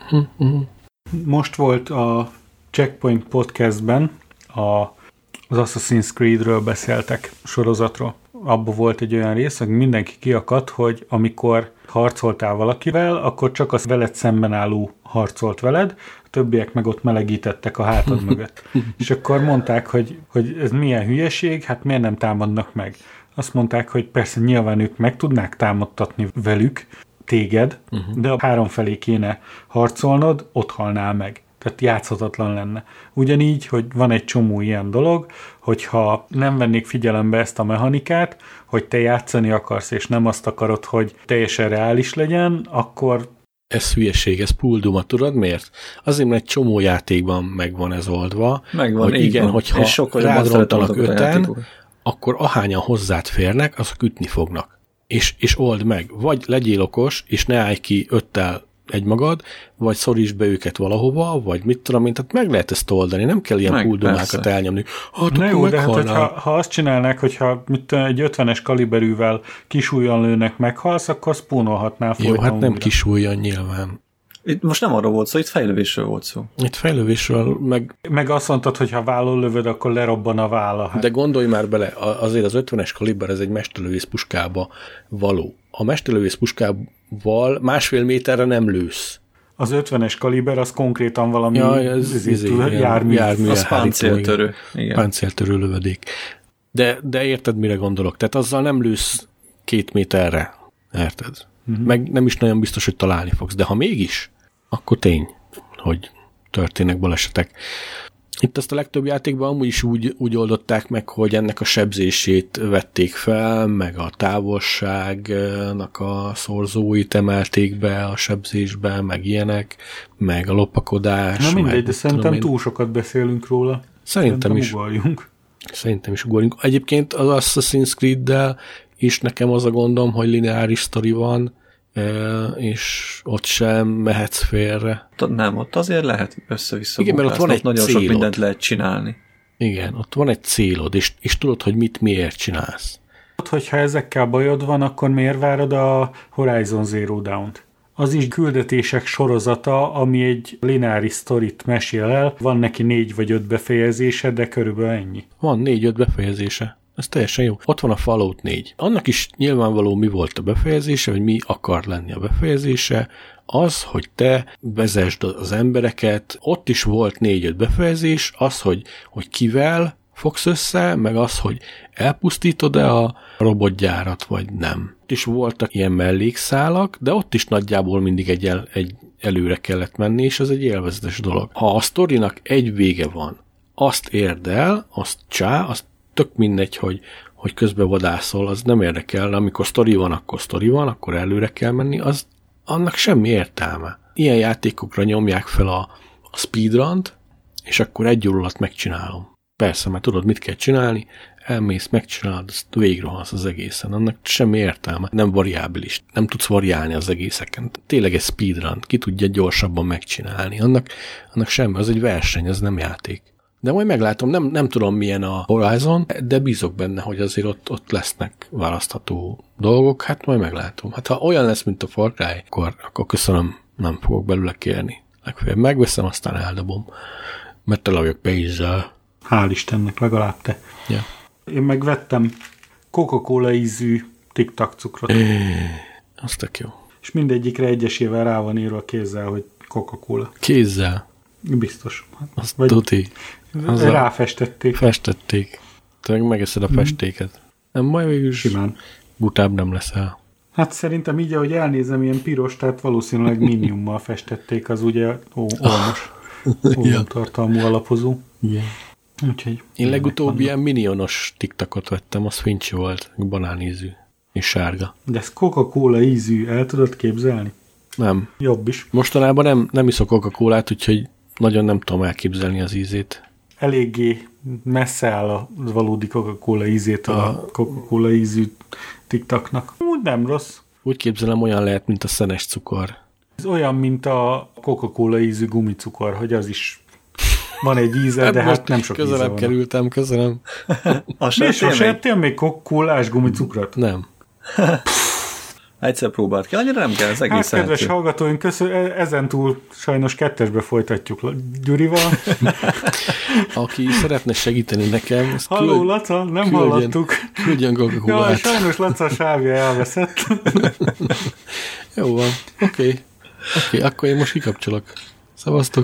Most volt a Checkpoint podcastben a, az Assassin's Creed-ről beszéltek, sorozatról. Abba volt egy olyan rész, hogy mindenki kiakadt, hogy amikor harcoltál valakivel, akkor csak az veled szemben álló harcolt veled, a többiek meg ott melegítettek a hátad mögött. És akkor mondták, hogy, hogy ez milyen hülyeség, hát miért nem támadnak meg? Azt mondták, hogy persze nyilván ők meg tudnák támadtatni velük téged, uh-huh. de a három felé kéne harcolnod, ott halnál meg. Tehát játszhatatlan lenne. Ugyanígy, hogy van egy csomó ilyen dolog, hogyha nem vennék figyelembe ezt a mechanikát, hogy te játszani akarsz, és nem azt akarod, hogy teljesen reális legyen, akkor... Ez hülyeség, ez pulduma, tudod miért? Azért, mert egy csomó játékban megvan ez oldva, megvan, hogy igen, van. hogyha rád rontanak öten, akkor ahányan hozzád férnek, azok ütni fognak. És, és old meg. Vagy legyél okos, és ne állj ki öttel egymagad, vagy szorítsd be őket valahova, vagy mit tudom én, tehát meg lehet ezt oldani, nem kell ilyen puldumákat elnyomni. Hát, na jó, de hát, hogyha, ha azt csinálnák, hogyha mit, egy ötvenes kaliberűvel kisúlyan lőnek, meghalsz, akkor spónolhatnál folyton. Jó, hát nem újra. Kisúlyan nyilván. Itt most nem arról volt szó, itt fejlővésről volt szó. Itt fejlővésről, meg... Meg azt mondtad, hogy ha vállon lövöd, akkor lerobban a válla. Hát. De gondolj már bele, azért az ötvenes kaliber, ez egy mesterlövész puskába való. A mesterlövész puskával másfél méterre nem lősz. Az ötvenes kaliber az konkrétan valami ja, ez, ez, ez jármű. jármű az páncéltörő. Páncéltörő lövedék. De, de érted, mire gondolok? Tehát azzal nem lősz két méterre. Érted? Uh-huh. Meg nem is nagyon biztos, hogy találni fogsz. De ha mégis, akkor tény, hogy történnek balesetek. Itt ezt a legtöbb játékban amúgy is úgy, úgy oldották meg, hogy ennek a sebzését vették fel, meg a távolságnak a szorzóit emelték be a sebzésbe, meg ilyenek, meg a lopakodás. Na mindegy, meg, de szerintem én... túl sokat beszélünk róla. Szerintem, szerintem is. Ugorjunk. Szerintem is ugorjunk. Egyébként az Assassin's Creed-del is nekem az a gondom, hogy lineáris sztori van, és ott sem mehetsz félre. Nem, ott azért lehet össze-vissza. Igen, mert ott van egy nagyon célod. Sok mindent lehet csinálni. Igen, ott van egy célod, és, és tudod, hogy mit miért csinálsz. Hogyha ezekkel bajod van, akkor miért várod a Horizon Zero Dawn-t? Az is küldetések sorozata, ami egy lineáris sztorit mesél el. Van neki négy vagy öt befejezése, de körülbelül ennyi. Van négy-öt befejezése. Ez teljesen jó. Ott van a Fallout négy. Annak is nyilvánvaló, mi volt a befejezése, vagy mi akar lenni a befejezése. Az, hogy te vezesd az embereket. Ott is volt négy-öt befejezés. Az, hogy, hogy kivel fogsz össze, meg az, hogy elpusztítod-e a robotgyárat, vagy nem. Ott is voltak ilyen mellékszálak, de ott is nagyjából mindig egy, el, egy előre kellett menni, és ez egy élvezetes dolog. Ha a sztorinak egy vége van, azt érd el, azt csá, azt tök mindegy, hogy, hogy közben vadászol, az nem érdekel, amikor sztori van, akkor sztori van, akkor előre kell menni, az annak semmi értelme. Ilyen játékokra nyomják fel a, a speedrunt, és akkor egy óra alatt megcsinálom. Persze, mert tudod, mit kell csinálni, elmész, megcsinálod, azt végigrohansz az egészen. Annak semmi értelme. Nem variábilis. Nem tudsz variálni az egészeken. Tényleg egy speedrun. Ki tudja gyorsabban megcsinálni. Annak, annak semmi. Az egy verseny, az nem játék. De majd meglátom, nem, nem tudom milyen a Horizon, de bízok benne, hogy azért ott, ott lesznek választható dolgok. Hát majd meglátom. Hát ha olyan lesz, mint a Far Cry, akkor, akkor köszönöm, nem fogok belőle kérni. Legfeljebb megveszem, aztán eldobom. Mert tele vagyok pénzzel. Hál' Istennek, legalább te. Ja. Én megvettem Coca-Cola ízű tic-tac cukrot. Az tök jó. És mindegyikre egyesével rá van írva kézzel, hogy Coca-Cola. Kézzel? Biztos. Azt tuti. Ráfestették. Festették. Te meg megeszed a festéket. Nem, majd végül simán. Butább nem leszel. Hát szerintem így, ahogy elnézem, ilyen piros, tehát valószínűleg miniummal festették, az ugye olmos. Tartalmú alapozó. Igen. Úgyhogy én legutóbb ilyen minionos tiktakot vettem, az fincsi volt, banánízű és sárga. De ez Coca-Cola ízű, el tudod képzelni? Nem. Jobb is. Mostanában nem, nem iszok Coca-Colát, úgyhogy nagyon nem tudom elképzelni az ízét. Eléggé messze áll a valódi Coca-Cola ízét a, a Coca-Cola ízű tiktaknak. Úgy nem rossz. Úgy képzelem, olyan lehet, mint a szenes cukor. Ez olyan, mint a Coca-Cola ízű gumicukor, hogy az is van egy íze, hát de hát nem sok íze van. Közelebb kerültem, köszönöm. Mi sose ettél még Coca-Colás gumicukrot? Nem. Egyszer próbált ki, annyira nem kell, ez egész hát, kedves hallgatóink, köszön, ezentúl sajnos kettesbe folytatjuk Gyurival. Aki szeretne segíteni nekem, ezt Halló, küld, Laca, nem küldjen, hallottuk. Küldjön Coca-Colát. Ja, sajnos Laca a sávja elveszett. Jó van, oké. Okay. Oké, okay, akkor én most kikapcsolok. Szavaztok.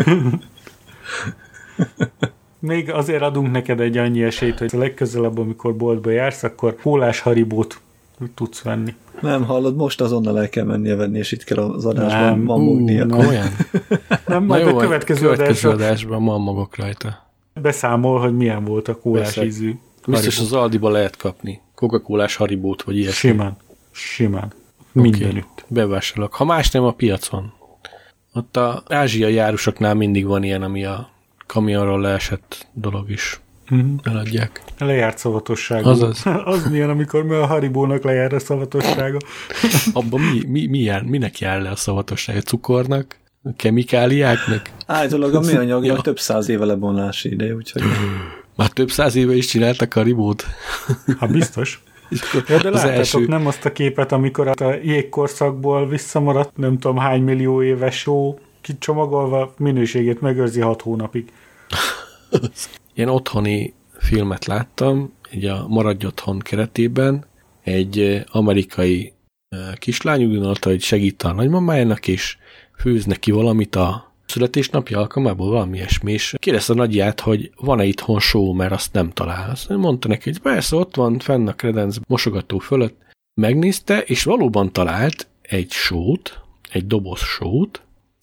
Még azért adunk neked egy annyi esélyt, hogy a legközelebb, amikor boltba jársz, akkor kólás Haribót tudsz venni. Nem hallod, most azonnal el kell mennie venni, és itt kell az adásban mammognia. Nem, olyan. Nem, majd jó, a következő, következő adásban mammogok rajta. Beszámol, hogy milyen volt a kólás Persze. ízű. Biztos az Aldiba lehet kapni. Coca-Colás Haribót, vagy ilyesmi. Simán. Simán. Mindenütt. Okay. Bevásárolok. Ha más nem, a piacon. Ott az ázsiai árusoknál mindig van ilyen, ami a kamionról leesett dolog is. Mm-hmm. Eladják. Lejárt szavatossága. Azaz. Az milyen, amikor mi a Haribónak lejár a szavatossága. Abban mi, mi, mi jár, minek jár le a szavatossága? Cukornak? Kemikáliáknak? Állítólag a műanyagnak több száz éve lebonlási ideje, úgyhogy... Már több száz éve is csináltak Haribót? Hát biztos. Ja, de láttátok első... nem azt a képet, amikor a jégkorszakból visszamaradt nem tudom hány millió éves só kicsomagolva minőségét megőrzi hat hónapig. Ilyen otthoni filmet láttam, egy a Maradj Otthon keretében, egy amerikai kislány úgy gondolta, hogy segít a nagymamájának, és főz neki valamit a születésnapja alkalmából valami ilyesmi, és kérdezte a nagyját, hogy van-e itthon só, mert azt nem talál. Azt mondta neki, hogy persze, ott van fenn a kredenc mosogató fölött. Megnézte, és valóban talált egy sót, egy doboz sót,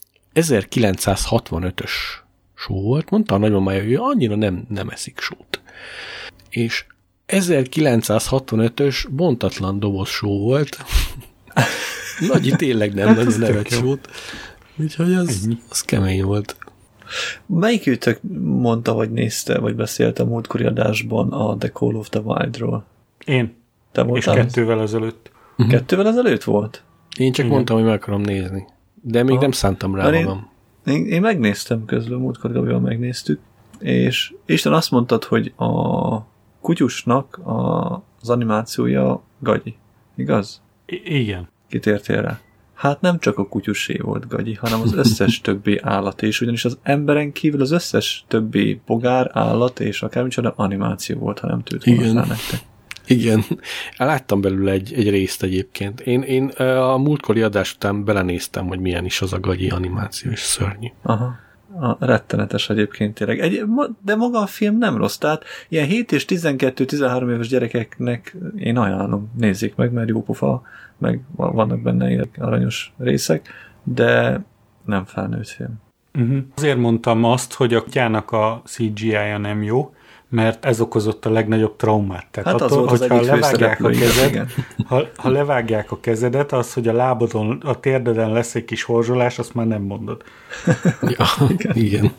ezerkilencszázhatvanötös só volt, mondta a nagymamája, hogy annyira nem, nem eszik sót. És ezerkilencszázhatvanötös bontatlan doboz só volt. Nagyi tényleg nem hát nagyon nevet sót. Úgyhogy az, az kemény volt. Melyikőtök mondta, hogy nézte, vagy beszélt a múltkori adásban a The Call of the Wild-ról? Én. Te és kettővel ezelőtt. Uh-huh. Kettővel ezelőtt volt? Én csak Igen. mondtam, hogy meg akarom nézni. De még ah. nem szántam rá magam. Én, én, én megnéztem közben, múltkor Gabival megnéztük, és Isten azt mondtad, hogy a kutyusnak a, az animációja gagyi. Igaz? I- igen. Kitértél rá? Hát nem csak a kutyusé volt gagyi, hanem az összes többi állat is, ugyanis az emberen kívül az összes többi bogár, állat és akármicsoda animáció volt, ha nem tűnt volna nektek. Igen. Láttam belőle egy, egy részt egyébként. Én, én a múltkori adás után belenéztem, hogy milyen is az a gagyi animáció, és szörnyű. Aha. A rettenetes egyébként tényleg. Egy, de maga a film nem rossz, tehát ilyen hét és tizenkettő-tizenhárom éves gyerekeknek én ajánlom, nézzék meg, mert jó pofa, meg vannak benne ilyen aranyos részek, de nem felnőtt film. Uh-huh. Azért mondtam azt, hogy a kutyának a cé gé í-ja nem jó, mert ez okozott a legnagyobb traumát. Tehát hát attól, az hogyha levágják a kezed, ha, ha levágják a kezedet, az, hogy a lábadon, a térdeden lesz egy kis horzsolás, azt már nem mondod. Ja, igen. igen.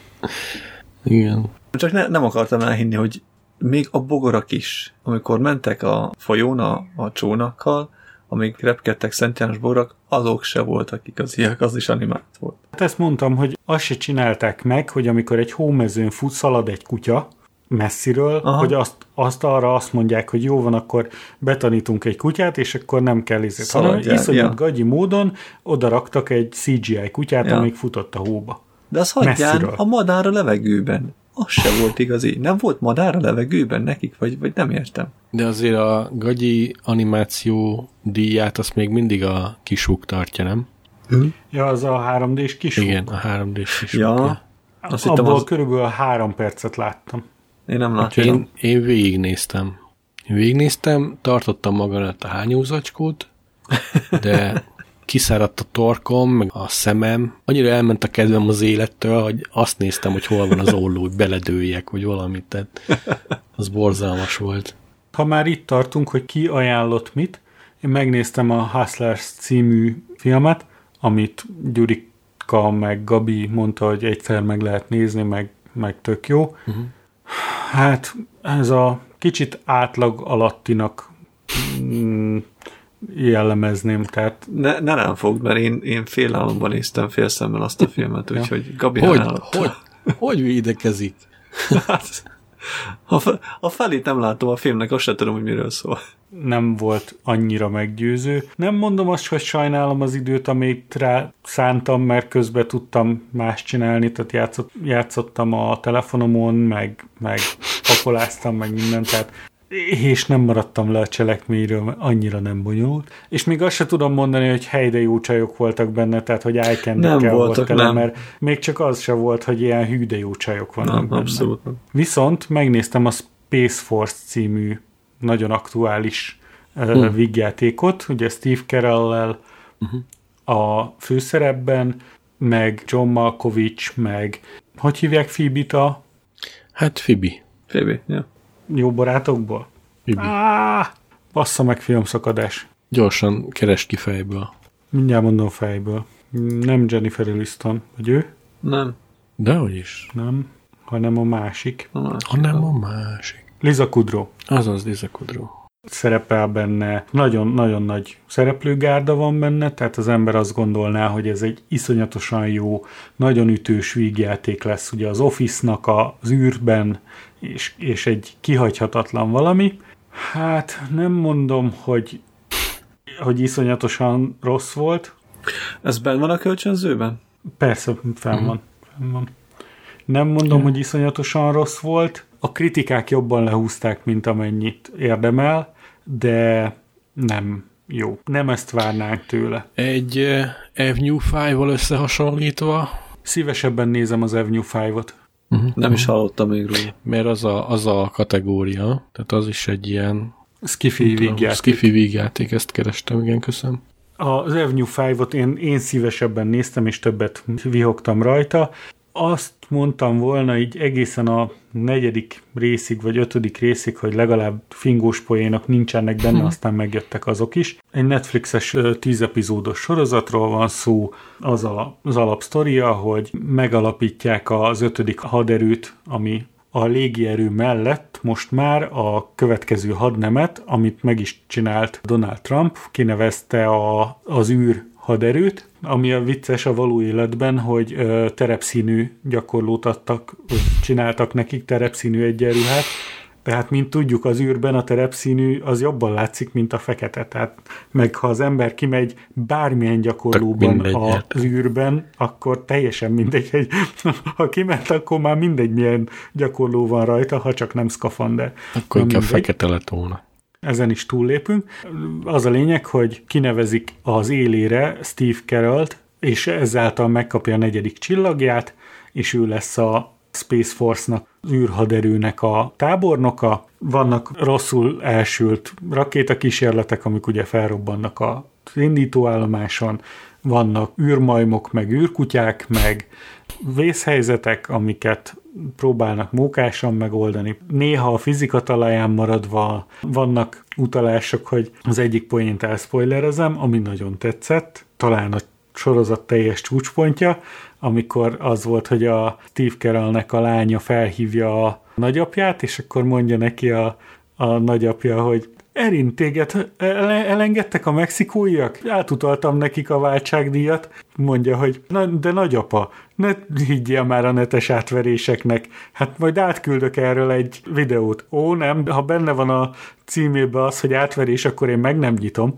igen. Csak ne, nem akartam elhinni, hogy még a bogarak is, amikor mentek a folyón a, a csónakkal, amíg repkedtek Szent János bogarak, azok se voltak igaziak, az is animált volt. Hát ezt mondtam, hogy azt se csinálták meg, hogy amikor egy hómezőn fut, szalad egy kutya, messziről, Aha. hogy azt, azt arra azt mondják, hogy jó van, akkor betanítunk egy kutyát, és akkor nem kell izét. Hanem iszonyat ja. gagyi módon oda raktak egy cé gé í kutyát, ja. amíg futott a hóba. De az hagyján a madár a levegőben. Az se volt igazi. Nem volt madár a levegőben nekik, vagy, vagy nem értem. De azért a gagyi animáció díját azt még mindig a kisúk tartja, nem? Hm? Ja, az a három dés kisúk. Igen, a három dés kisúk. Ja. ja. Azt abból az... körülbelül három percet láttam. Én nem láttam. Én, én végignéztem. Én végignéztem, tartottam magam előtt a hányózacskót, de kiszáradt a torkom, meg a szemem. Annyira elment a kedvem az élettől, hogy azt néztem, hogy hol van az olló, hogy beledőljek, vagy valamit. Tehát az borzalmas volt. Ha már itt tartunk, hogy ki ajánlott mit, én megnéztem a Hustlers című filmet, amit Gyurika meg Gabi mondta, hogy egyszer meg lehet nézni, meg, meg tök jó. Uh-huh. Hát ez a kicsit átlag alattinak mm, jellemezném, tehát... Ne, ne rám fogd, mert én, én fél álomban néztem fél szemmel azt a filmet, úgyhogy Gabi hogy, hogy, hogy védekezik? Hát, a, a felét nem látom a filmnek, azt sem tudom, hogy miről szól. Nem volt annyira meggyőző. Nem mondom azt, hogy sajnálom az időt, amit rá szántam, mert közben tudtam más csinálni, tehát játszott, játszottam a telefonomon, meg, meg pakoláztam, meg mindent, tehát és nem maradtam le a cselekményről, mert annyira nem bonyolult. És még azt se tudom mondani, hogy hely, de jó csajok voltak benne, tehát hogy eye-candy-kkel volt tele, mert még csak az se volt, hogy ilyen hű, de jó csajok vannak nem, benne. Abszolút nem. Viszont megnéztem a Space Force című nagyon aktuális uh, hmm. vígjátékot, ugye Steve Carell-lel uh-huh. a főszerepben, meg John Malkovich, meg hogy hívják Phoebe-t a... Hát Phoebe. Phoebe, ja. Jó barátokból? Ah, bassza meg filmszakadás. Gyorsan keresd ki fejből. Mindjárt mondom fejből. Nem Jennifer Aniston, vagy ő? Nem. Dehogy is. Nem, hanem a másik. A másik. Hanem a másik. Liza Kudrow. Azaz Liza Kudrow. Szerepel benne, nagyon-nagyon nagy szereplőgárda van benne, tehát az ember azt gondolná, hogy ez egy iszonyatosan jó, nagyon ütős vígjáték lesz ugye az Office-nak az űrben, és, és egy kihagyhatatlan valami. Hát nem mondom, hogy, hogy iszonyatosan rossz volt. Ez benn van a kölcsönzőben? Persze, fenn van. Fenn van. Nem mondom, hogy iszonyatosan rossz volt. A kritikák jobban lehúzták, mint amennyit érdemel, de nem jó. Nem ezt várnánk tőle. Egy uh, Avenue five-val összehasonlítva? szívesebben nézem az Avenue ötöt. Uh-huh. Nem is hallottam még róla. Mert az a, az a kategória, tehát az is egy ilyen Skifi vígjáték. Skifi vígjáték, ezt kerestem, igen, köszönöm. Az Avenue ötöt én, én szívesebben néztem, és többet vihogtam rajta. Azt mondtam volna így egészen a negyedik részig, vagy ötödik részig, hogy legalább fingós poénok nincsenek benne, aztán megjöttek azok is. Egy Netflixes tíz epizódos sorozatról van szó, az a, az alapsztoria, hogy megalapítják az ötödik haderőt, ami a légierő mellett most már a következő hadnemet, amit meg is csinált Donald Trump, kinevezte a, az űr haderőt, ami a vicces a való életben, hogy ö, terepszínű gyakorlót adtak, csináltak nekik terepszínű egyenruhát, tehát mint tudjuk az űrben a terepszínű az jobban látszik, mint a fekete, tehát meg ha az ember kimegy bármilyen gyakorlóban az űrben, akkor teljesen mindegy, hogy ha kiment, akkor már mindegy milyen gyakorló van rajta, ha csak nem szkafander. Akkor inkább fekete lett volna. Ezen is túllépünk. Az a lényeg, hogy kinevezik az élére Steve Carell-t, és ezáltal megkapja a negyedik csillagját, és ő lesz a Space Force-nak, az űrhaderőnek a tábornoka. Vannak rosszul elsült rakétakísérletek, amik ugye felrobbannak az indítóállomáson, vannak űrmajmok, meg űrkutyák, meg vészhelyzetek, amiket próbálnak mókásan megoldani. Néha a fizika talaján maradva vannak utalások, hogy az egyik poént elspoilerezem, ami nagyon tetszett, talán a sorozat teljes csúcspontja, amikor az volt, hogy a Steve Carell-nek a lánya felhívja a nagyapját, és akkor mondja neki a, a nagyapja, hogy Erin, téged elengedtek a mexikóiak? Átutaltam nekik a váltságdíjat. Mondja, hogy na, de nagyapa, ne higgyél már a netes átveréseknek. Hát majd átküldök erről egy videót. Ó, nem, ha benne van a címében az, hogy átverés, akkor én meg nem nyitom.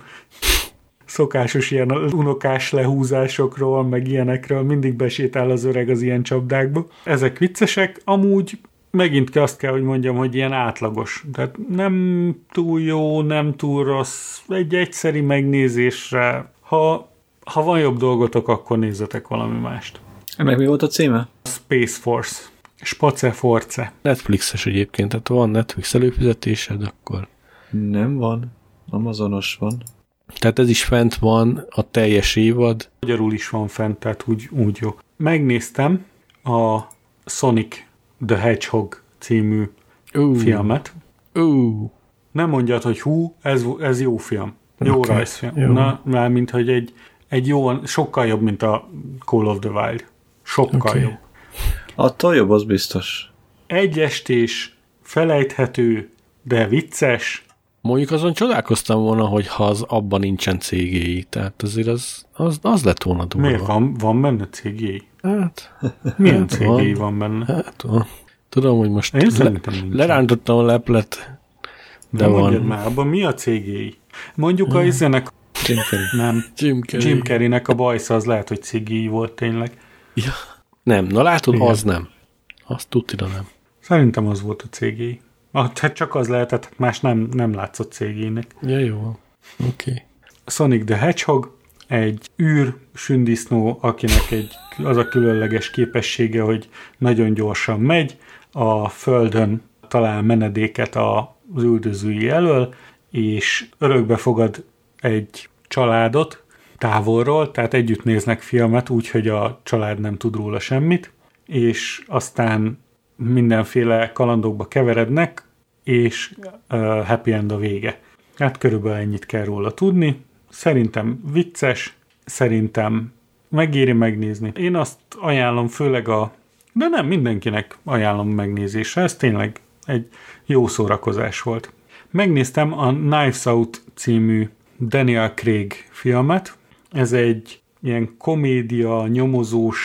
Szokásos ilyen unokás lehúzásokról, meg ilyenekről mindig besétál az öreg az ilyen csapdákba. Ezek viccesek, amúgy megint azt kell, hogy mondjam, hogy ilyen átlagos. Tehát nem túl jó, nem túl rossz, egy egyszeri megnézésre. Ha, ha van jobb dolgotok, akkor nézzetek valami mást. Ennek mi volt a címe? Space Force. Space Force. Netflixes egyébként, tehát van Netflix előfizetésed, akkor... Nem van. Amazonos van. Tehát ez is fent van, a teljes évad. Magyarul is van fent, tehát úgy, úgy jó. Megnéztem a Sonic the Hedgehog című uh. filmet. Uh. Nem mondjad, hogy hú, ez, ez jó film. Jó okay. rajzfilm. Jó. Na, mármint, hogy egy, egy jó, sokkal jobb, mint a Call of the Wild. Sokkal okay. jobb. Attól jobb, az biztos. Egy estés, felejthető, de vicces. Mondjuk azon csodálkoztam volna, hogy ha az abban nincsen cé gé í, tehát azért az, az, az lett volna durva. Miért? Van, van benne cé gé í? Hát... Milyen hát cé gé í van, van benne? Hát van. Tudom, hogy most le, lerántottam a leplet, de nem van. Mondjad már, abban mi a cé gé í? Mondjuk a izének... Jim Carrey. Nem. Jim Carrey. Jim Carreynek a bajsza, az lehet, hogy cé gé í volt tényleg. Ja. Nem, na látod, igen. Az nem. Azt tudtira nem. Szerintem az volt a cé gé í. Hát csak az lehetett, más nem, nem látszott cé gé í-nek. Ja, jó. Oké. Okay. Sonic the Hedgehog egy űr sündisznó, akinek egy, az a különleges képessége, hogy nagyon gyorsan megy, a Földön talál menedéket az üldözői elől, és örökbe fogad egy családot távolról, tehát együtt néznek filmet, úgyhogy a család nem tud róla semmit, és aztán mindenféle kalandokba keverednek, és uh, happy end a vége. Hát körülbelül ennyit kell róla tudni. Szerintem vicces, szerintem megéri megnézni. Én azt ajánlom főleg a... De nem mindenkinek ajánlom megnézésre, ez tényleg egy jó szórakozás volt. Megnéztem a Knives Out című Daniel Craig filmet. Ez egy ilyen komédia, nyomozós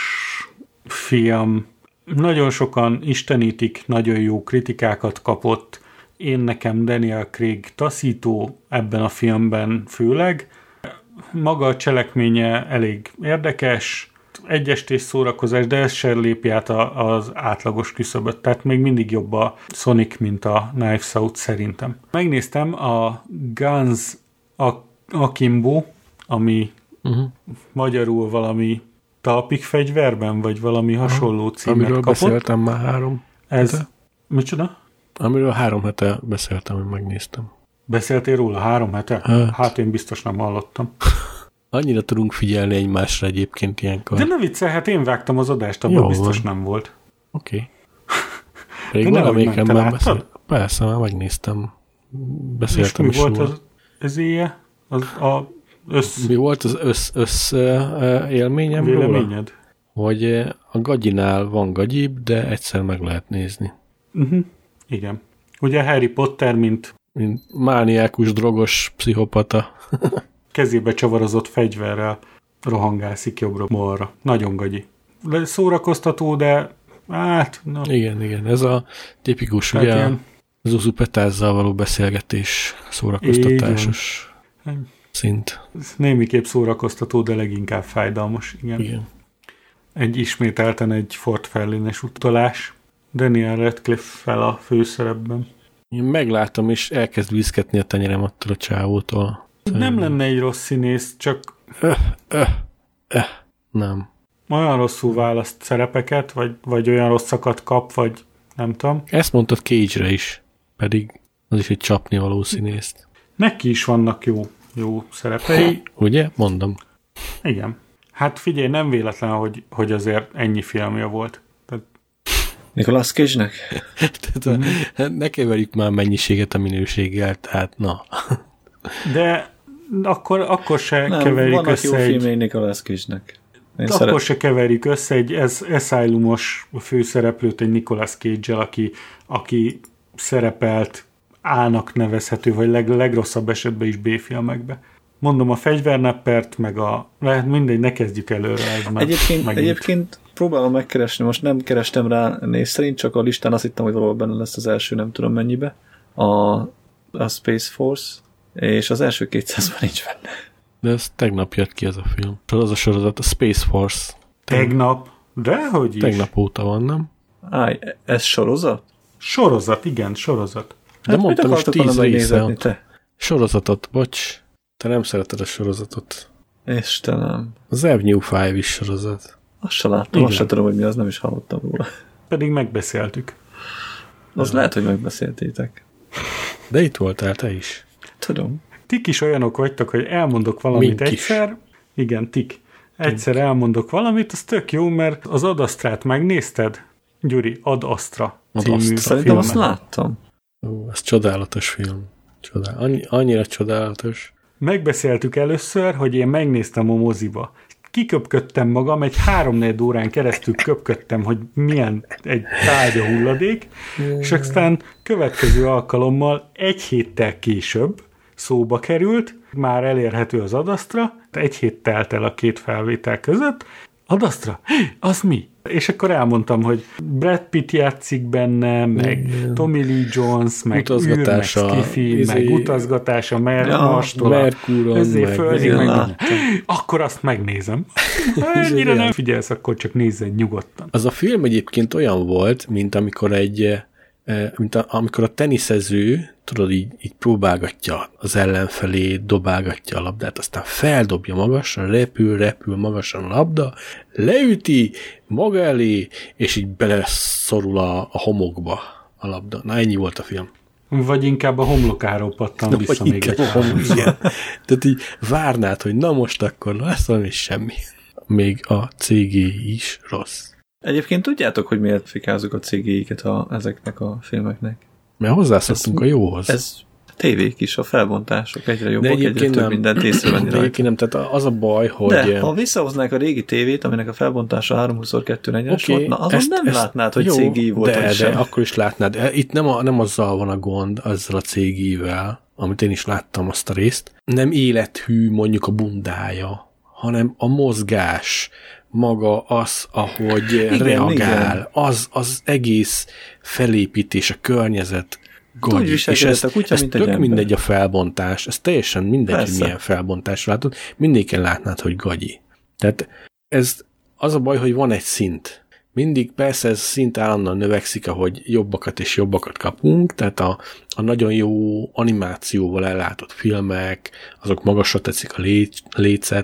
film. Nagyon sokan istenítik, nagyon jó kritikákat kapott. Én nekem Daniel Craig taszító ebben a filmben főleg. Maga a cselekménye elég érdekes, egyestés szórakozás, de ez sem lépi át az átlagos küszöböt. Tehát még mindig jobb a Sonic, mint a Knives Out szerintem. Megnéztem a Guns Akimbo, ami uh-huh. magyarul valami Talpig fegyverben, vagy valami hasonló címet Amiről kapott. beszéltem már három Ez, hete. micsoda? Amiről három hete beszéltem, hogy megnéztem. Beszéltél róla három hete? Hát. Hát én biztos nem hallottam. Annyira tudunk figyelni egymásra egyébként ilyenkor. De ne viccelj, hát én vágtam az adást, abban Jó biztos van. nem volt. Oké. Okay. Pedig De valamelyiken nehogy már meg, te beszél... Persze, már megnéztem. Beszéltem és is mi volt róla. az, az éje? Az, a össz Mi volt az össz, össz uh, élményem véleményed? róla? Hogy uh, a gagyinál van gagyibb, de egyszer meg lehet nézni. Uh-huh. Igen. Ugye Harry Potter, mint Mint mániákus, drogos pszichopata. kezébe csavarozott fegyverrel rohangászik jobbra-balra. Nagyon gagyi. De szórakoztató, de hát... No. Igen, igen. Ez a tipikus, Tehát ugye ilyen- az Zuzupetázzal való beszélgetés szórakoztatásos szint. Ez némiképp szórakoztató, de leginkább fájdalmas. Igen. Igen. Egy ismételten egy Fort Fairlane-es utalás. Daniel Radcliffe-fel a főszerepben. Én meglátom, és elkezd viszketni a tenyerem attól a csávótól. Nem lenne egy rossz színész, csak Öh, öh, öh. Nem. olyan rosszul választ szerepeket, vagy, vagy olyan rosszakat kap, vagy nem tudom. Ezt mondtad Cage-re is, pedig az is egy csapni való színészt. Neki is vannak jó, jó szerepei. Ugye? Mondom. Igen. Hát figyelj, nem véletlen, hogy, hogy azért ennyi filmje volt. Tehát Nicolas Cage-nek? Tehát a, ne keverjük már mennyiséget a minőséggel, tehát na. de akkor, akkor se Nem, keverjük vannak jó össze egy... filmjei Nicolas Cage-nek. Én Akkor szeret... se keverjük össze egy Asylum-os főszereplőt egy Nicolas Cage-el, aki, aki szerepelt A-nak nevezhető, vagy leg, legrosszabb esetben is B-filmekbe. Mondom, a Fegyverneppert, meg a... Lehet mindegy, ne kezdjük előre. Ez már Egyébként, megint. egyébként próbálom megkeresni, most nem kerestem rá név szerint, csak a listán azt hittem, hogy valahol benne lesz az első, nem tudom mennyibe. A, a Space Force, és az első kétszázban nincs benne. De ez tegnap jött ki ez a film. Az a sorozat, a Space Force. Tegnap? Dehogy is. Tegnap óta van, nem? Áj, ez sorozat? Sorozat, igen, sorozat. De Hát mondtam is mit akartok tíz volna része. megnézetni, te? Sorozatot, bocs. Te nem szereted a sorozatot. Istenem. Az Avenue öt is sorozat. Azt se láttam, Igen. azt se tudom, hogy mi az, nem is hallottam róla. Pedig megbeszéltük. Az lehet, hogy megbeszéltétek. De itt voltál te is. Tudom. Tik is olyanok vagytok, hogy elmondok valamit Mink is. egyszer. Igen, tik. Egyszer elmondok valamit, az tök jó, mert az Ad Astrát megnézted? Gyuri, Ad Astra Ad című Astra. Szerintem azt filmet. láttam. Ó, ez csodálatos film. Csodál. Annyi, annyira csodálatos. Megbeszéltük először, hogy én megnéztem a moziba. Kiköpködtem magam, egy háromnegyed órán keresztül köpködtem, hogy milyen egy tárgya hulladék, és aztán következő alkalommal egy héttel később szóba került, már elérhető az Ad Astra, egy hét telt el a két felvétel között. Ad Astra? Az mi? És akkor elmondtam, hogy Brad Pitt játszik benne, meg Igen. Tommy Lee Jones, meg Utazgatása, űr, meg skifi, izé- meg utazgatása, mer- Ja, Marstól a Merkuron, Ezé meg földig igen, meg láttam. akkor azt megnézem. Ennyire nem figyelsz, akkor csak nézzen nyugodtan. Az a film egyébként olyan volt, mint amikor egy eh, mint a, amikor a teniszező, tudod, így, így próbálgatja az ellenfelé, dobálgatja a labdát, aztán feldobja magasra, repül, repül magasan a labda, leüti maga elé, és így beleszorul a, a homokba a labda. Na, ennyi volt a film. Vagy inkább a homlokáról pattan vissza Vagy még egy inkább a három. homok, igen. Tehát így várnád, hogy na most akkor lesz valami, és semmi. Még a cé gé is rossz. Egyébként tudjátok, hogy miért fikázzuk a cé gé-iket a, ezeknek a filmeknek? Mert hozzászoktunk a jóhoz. Ez tévék is, a felbontások egyre jobbak, egyre egyébként több nem. mindent észrevenni De rajta. egyébként nem, tehát az a baj, hogy... De ha visszahoznák a régi tévét, aminek a felbontása háromhúsz kettő negyvenes Oké, volt, na azon ezt- nem ezt- látnád, hogy jó, cé gé volt, de, vagy de sem. akkor is látnád. Itt nem, a, nem azzal van a gond, azzal a cé gé-vel, amit én is láttam azt a részt. Nem élethű mondjuk a bundája, hanem a mozgás, maga az, ahogy igen, reagál, igen. Az, az egész felépítés, a környezet, Úgy gagyi. És viselkedett ez, a kutya, ez mint egy tök ember. mindegy a felbontás, ez teljesen mindegy, Persze. hogy milyen felbontás látod, mindig látnád, hogy gagyi. Tehát ez az a baj, hogy van egy szint. Mindig persze ez szint állandóan növekszik, ahogy jobbakat és jobbakat kapunk, tehát a, a nagyon jó animációval ellátott filmek, azok magasra teszik a lé, lécet,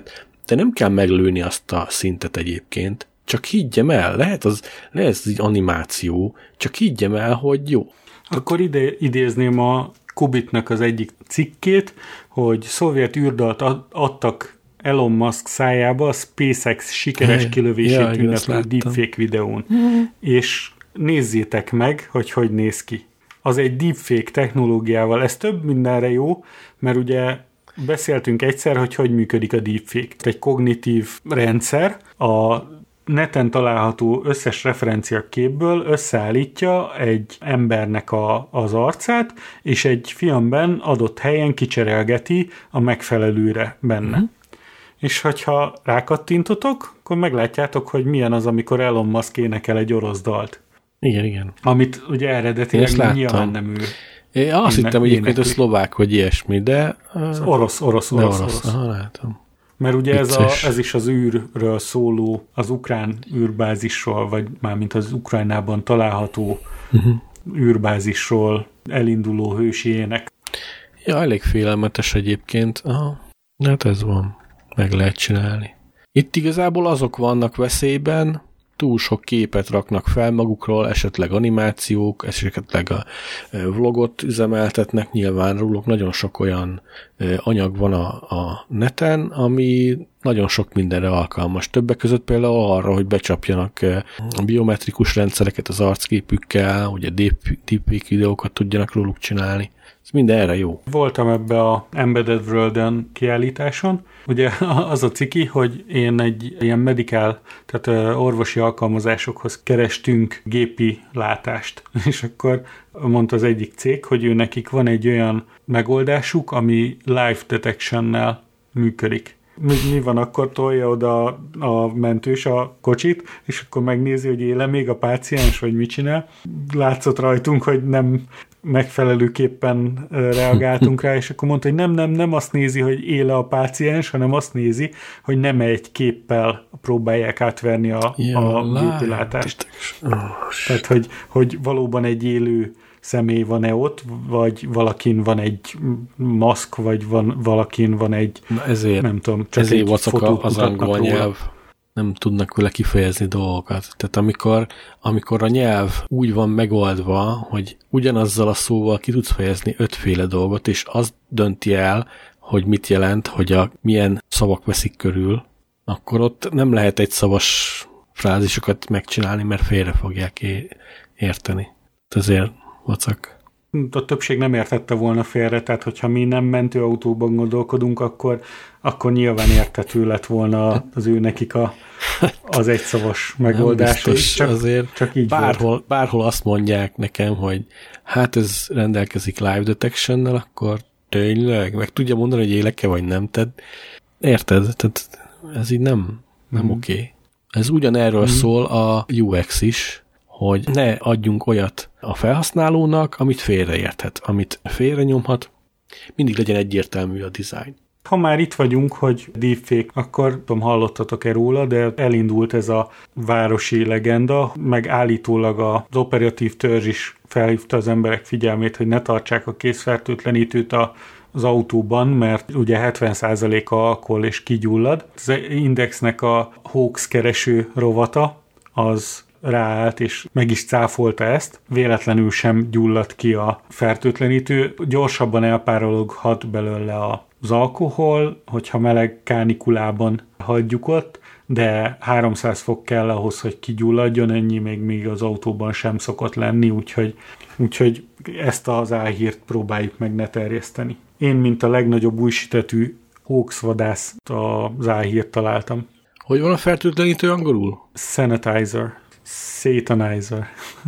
de nem kell meglőni azt a szintet egyébként, csak higgyem el, lehet az, lehet az egy animáció, csak higgyem el, hogy jó. Akkor ide idézném a Kubitnak az egyik cikkét, hogy szovjet űrdalt adtak Elon Musk szájába a SpaceX sikeres kilövését ja, ünneplő deepfake videón. Mm. És nézzétek meg, hogy hogy néz ki. Az egy deepfake technológiával, ez több mindenre jó, mert ugye beszéltünk egyszer, hogy hogy működik a deepfake. Egy kognitív rendszer a neten található összes referenciaképből összeállítja egy embernek a, az arcát, és egy filmben adott helyen kicserélgeti a megfelelőre benne. Mm. És hogyha rákattintotok, akkor meglátjátok, hogy milyen az, amikor Elon Musk énekel egy orosz dalt. Igen, igen. Amit ugye eredetileg nyilván nem ő. Én azt éne, hittem, hogy egyébként a szlovák, vagy ilyesmi, de... Az orosz, orosz, orosz. orosz. orosz. Aha, látom. Mert ugye ez, a, ez is az űrről szóló, az ukrán űrbázisról, vagy mármint az Ukrajnában található uh-huh. űrbázisról elinduló hősi ének. Ja, elég félelmetes egyébként. Aha. Hát ez van. Meg lehet csinálni. Itt igazából azok vannak veszélyben, túl sok képet raknak fel magukról, esetleg animációk, esetleg a vlogot üzemeltetnek, nyilván róluk nagyon sok olyan anyag van a, a neten, ami nagyon sok mindenre alkalmas. Többek között például arra, hogy becsapjanak biometrikus rendszereket az arcképükkel, ugye deepfake videókat tudjanak róluk csinálni. Ez minden erre jó. Voltam ebbe a Embedded World-en kiállításon. Ugye az a ciki, hogy én egy ilyen medical, tehát orvosi alkalmazásokhoz kerestünk gépi látást. És akkor mondta az egyik cég, hogy ő nekik van egy olyan megoldásuk, ami live detection-nel működik. Mi, mi van, akkor tolja oda a, a mentős a kocsit, és akkor megnézi, hogy éle még a páciens, vagy mit csinál. Látszott rajtunk, hogy nem megfelelőképpen reagáltunk rá, és akkor mondta, hogy nem, nem, nem azt nézi, hogy éle a páciens, hanem azt nézi, hogy nem egy képpel próbálják átverni a, ja, a gépilátást. Tehát, hogy, hogy valóban egy élő személy van-e ott, vagy valakin van egy maszk, vagy van, valakin van egy, na ezért, nem tudom, csak ezért egy fotót az angol nyelv. Nem tudnak vele kifejezni dolgokat. Tehát amikor, amikor a nyelv úgy van megoldva, hogy ugyanazzal a szóval ki tudsz fejezni ötféle dolgot, és az dönti el, hogy mit jelent, hogy a milyen szavak veszik körül, akkor ott nem lehet egy szavas frázisokat megcsinálni, mert félre fogják é- érteni. Ezért vacak. A többség nem értette volna félre, tehát hogyha mi nem mentőautóban gondolkodunk, akkor, akkor nyilván érthető lett volna az ő nekik a, az egyszavas megoldás. Biztos, csak, azért csak így bárhol, bárhol azt mondják nekem, hogy hát ez rendelkezik live detection-nel, akkor tényleg meg tudja mondani, hogy élek-e vagy nem. Tehát érted? Tehát ez így nem, nem mm. oké. Okay. Ez ugyanerről mm. szól a u iksz is, hogy ne adjunk olyat a felhasználónak, amit félreérthet, amit félrenyomhat, mindig legyen egyértelmű a design. Ha már itt vagyunk, hogy deepfake, akkor tudom, hallottatok-e róla, de elindult ez a városi legenda, meg állítólag az operatív törzs is felhívta az emberek figyelmét, hogy ne tartsák a készfertőtlenítőt a az autóban, mert ugye hetven százaléka alkohol és kigyullad. Az Indexnek a hoax kereső rovata az ráállt, és meg is cáfolta ezt. Véletlenül sem gyulladt ki a fertőtlenítő. Gyorsabban elpárologhat belőle az alkohol, hogyha meleg kánikulában hagyjuk ott, de háromszáz fok kell ahhoz, hogy kigyulladjon, ennyi még, még az autóban sem szokott lenni, úgyhogy, úgyhogy ezt az álhírt próbáljuk meg ne terjeszteni. Én, mint a legnagyobb újsitetű hoaxvadász, az álhírt találtam. Hogy van a fertőtlenítő angolul? Sanitizer. Satanizer.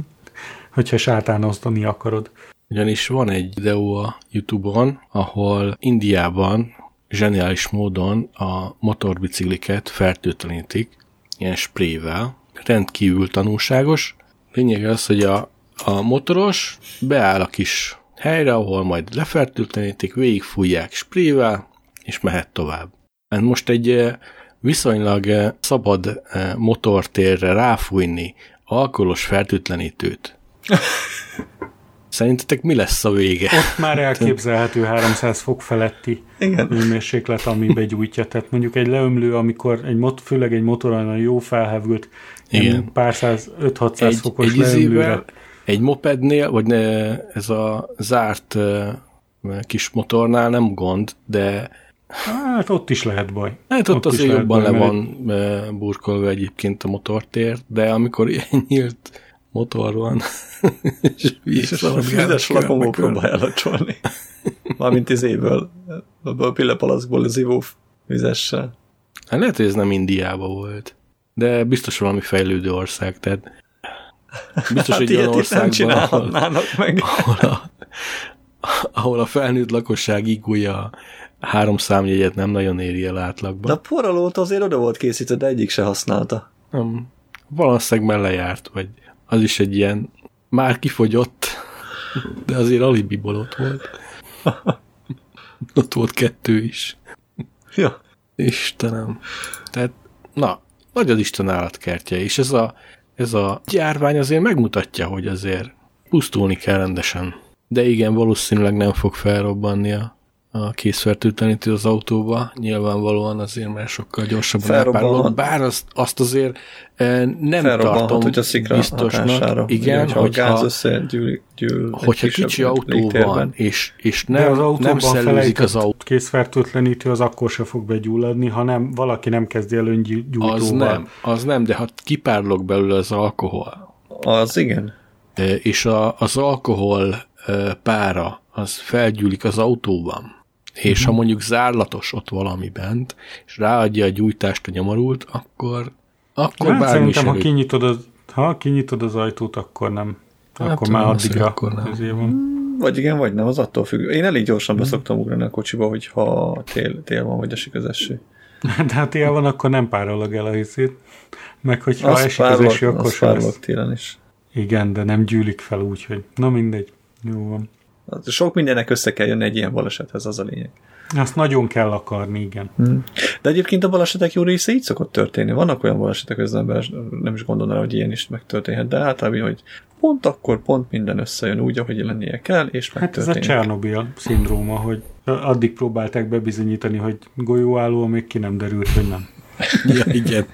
Hogyha sátánozdani akarod. Ugyanis van egy videó a YouTube-on, ahol Indiában zseniális módon a motorbicikliket fertőtlenítik, ilyen sprével. Rendkívül tanulságos. Lényeg az, hogy a, a motoros beáll a kis helyre, ahol majd lefertőtlenítik, végigfújják sprével, és mehet tovább. Hát most egy viszonylag szabad motortérre ráfújni alkoholos fertőtlenítőt. Szerintetek mi lesz a vége? Ott már elképzelhető háromszáz fok feletti hőmérséklet, ami begyújtja. Tehát mondjuk egy leömlő, amikor egy mot, főleg egy motoron jó felhevült, pár száz, öt-hatszáz fokos egy leömlőre. Egy mopednél, vagy ne, ez a zárt uh, kis motornál nem gond, de hát ott is lehet baj. Hát ott, ott azért jobban le van egy... burkolva egyébként a motortér, de amikor ilyen nyílt motor van, és a vizes lakomból próbál elacsolni. Mármint izéből, a pillepalackból az ivó vizessel. Hát lehet, hogy ez nem Indiában volt, de biztos valami fejlődő ország, tehát biztos, hát hogy olyan országban, ahol, meg. Ahol, a, ahol a felnőtt lakosság igúja három számjegyet nem nagyon éri el átlagban. De a porralót azért oda volt készítve, de egyik se használta. Nem. Valószínűleg lejárt, vagy az is egy ilyen már kifogyott, de azért alibiból ott volt. Ott volt kettő is. Ja. Istenem. Tehát, na, nagy az Isten állatkertje, és ez a, ez a járvány azért megmutatja, hogy azért pusztulni kell rendesen. De igen, valószínűleg nem fog felrobbanni a a készfertőtlenítő az autóba, nyilvánvalóan azért, mert sokkal gyorsabban elpárolog, bár azt, azt azért e, nem tartom hogy a biztosnak. Igen, ugye, hogyha, hogyha, gyűl, gyűl hogyha kicsi autó van, és, és nem, az nem szellőzik az autó. Készfertőtlenítő az akkor se fog begyulladni, hanem valaki nem kezdi el öngyújtóval. Az nem, az nem, de ha kipárolog belőle az alkohol. Az igen. E, és a, az alkohol e, pára, az felgyűlik az autóban. És ha mondjuk zárlatos ott valami bent, és ráadja a gyújtást a nyomorult, akkor, akkor hát bármi is ha kinyitod, az, ha kinyitod az ajtót, akkor nem. Hát akkor már addigra akkor nem. Van. Vagy igen, vagy nem, az attól függ. Én elég gyorsan beszoktam ugrani a kocsiba, hogyha tél, tél van, vagy esik az eső. De ha tél van, akkor nem párolog el a hiszét. Meg hogyha az esik párlog, az eső, akkor sem lesz. Télen is. Igen, de nem gyűlik fel úgy, hogy na mindegy, jó van. Sok mindennek össze kell jönni egy ilyen balesethez, az a lényeg. Azt nagyon kell akarni, igen. Hmm. De egyébként a balesetek jó része így szokott történni. Vannak olyan balesetek, hogy az ember nem is gondolná, hogy ilyen is megtörténhet, de általában, hogy pont akkor pont minden összejön úgy, ahogy lennie kell, és megtörténik. Hát ez a Csernobil szindróma, hogy addig próbálták bebizonyítani, hogy golyóálló, még ki nem derült, hogy nem. Ja, igen.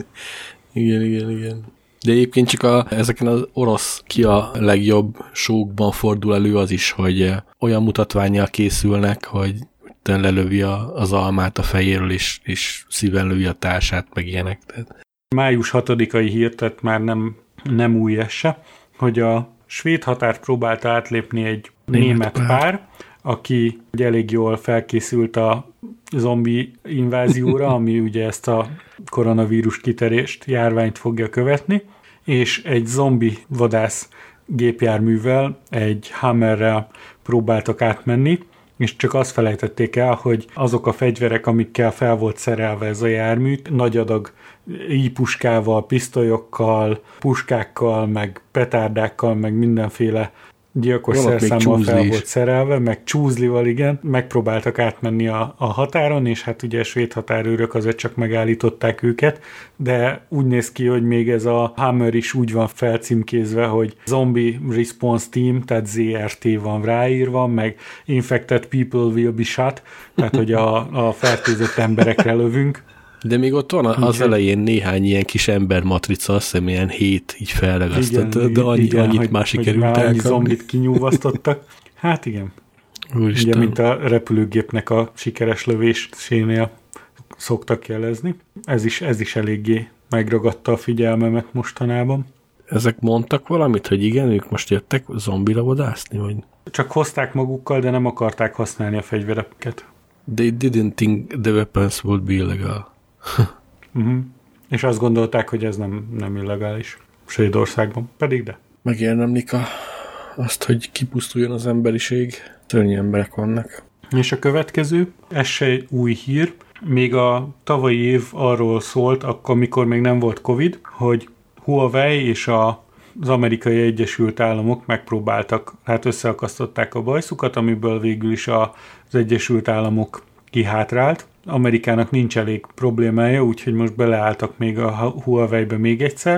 Igen, igen, igen. De egyébként csak a, ezeken az orosz ki a legjobb showkban fordul elő az is, hogy olyan mutatvánnyal készülnek, hogy lelövi a, az almát a fejéről, és, és szíven lövi a társát, meg ilyenek. Tehát. Május hatodikai hír, tehát már nem, nem új ez se, hogy a svéd határt próbálta átlépni egy német, német pár, pár, aki ugye elég jól felkészült a zombi invázióra, ami ugye ezt a koronavírus kiterést, járványt fogja követni, és egy zombi vadász gépjárművel, egy Hammerrel próbáltak átmenni, és csak azt felejtették el, hogy azok a fegyverek, amikkel fel volt szerelve ez a jármű, nagy adag ípuskával, pisztolyokkal, puskákkal, meg petárdákkal, meg mindenféle gyilkos szerszámmal fel volt szerelve, meg csúzlival, igen, megpróbáltak átmenni a, a határon, és hát ugye a svéd határőrök azért csak megállították őket, de úgy néz ki, hogy még ez a Hammer is úgy van felcímkézve, hogy Zombie Response Team, tehát zé er té van ráírva, meg Infected People Will Be Shot, tehát hogy a, a fertőzött emberekre lövünk. De még ott van az igen. elején néhány ilyen kis embermatrica, azt hiszem ilyen hét így felragasztott, igen, de annyi, igen, annyit hogy, már sikerült elkapni. Annyi zombit kinyúvasztottak. Hát igen. Úristen. Ugye, mint a repülőgépnek a sikeres lövésénél szoktak jelezni. Ez is, ez is eléggé megragadta a figyelmemet mostanában. Ezek mondtak valamit, hogy igen, ők most jöttek zombira vadászni? Vagy? Csak hozták magukkal, de nem akarták használni a fegyvereket. They didn't think the weapons would be illegal. uh-huh. És azt gondolták, hogy ez nem, nem illegális Svédországban, pedig de. Megérdemlik a, azt, hogy kipusztuljon az emberiség. Szörnyű emberek vannak. És a következő, ez se új hír, még a tavalyi év arról szólt, akkor, amikor még nem volt Covid, hogy Huawei és a, az Amerikai Egyesült Államok megpróbáltak, hát összeakasztották a bajszukat, amiből végül is a, az Egyesült Államok kihátrált. Amerikának nincs elég problémája, úgyhogy most beleálltak még a Huawei-be még egyszer,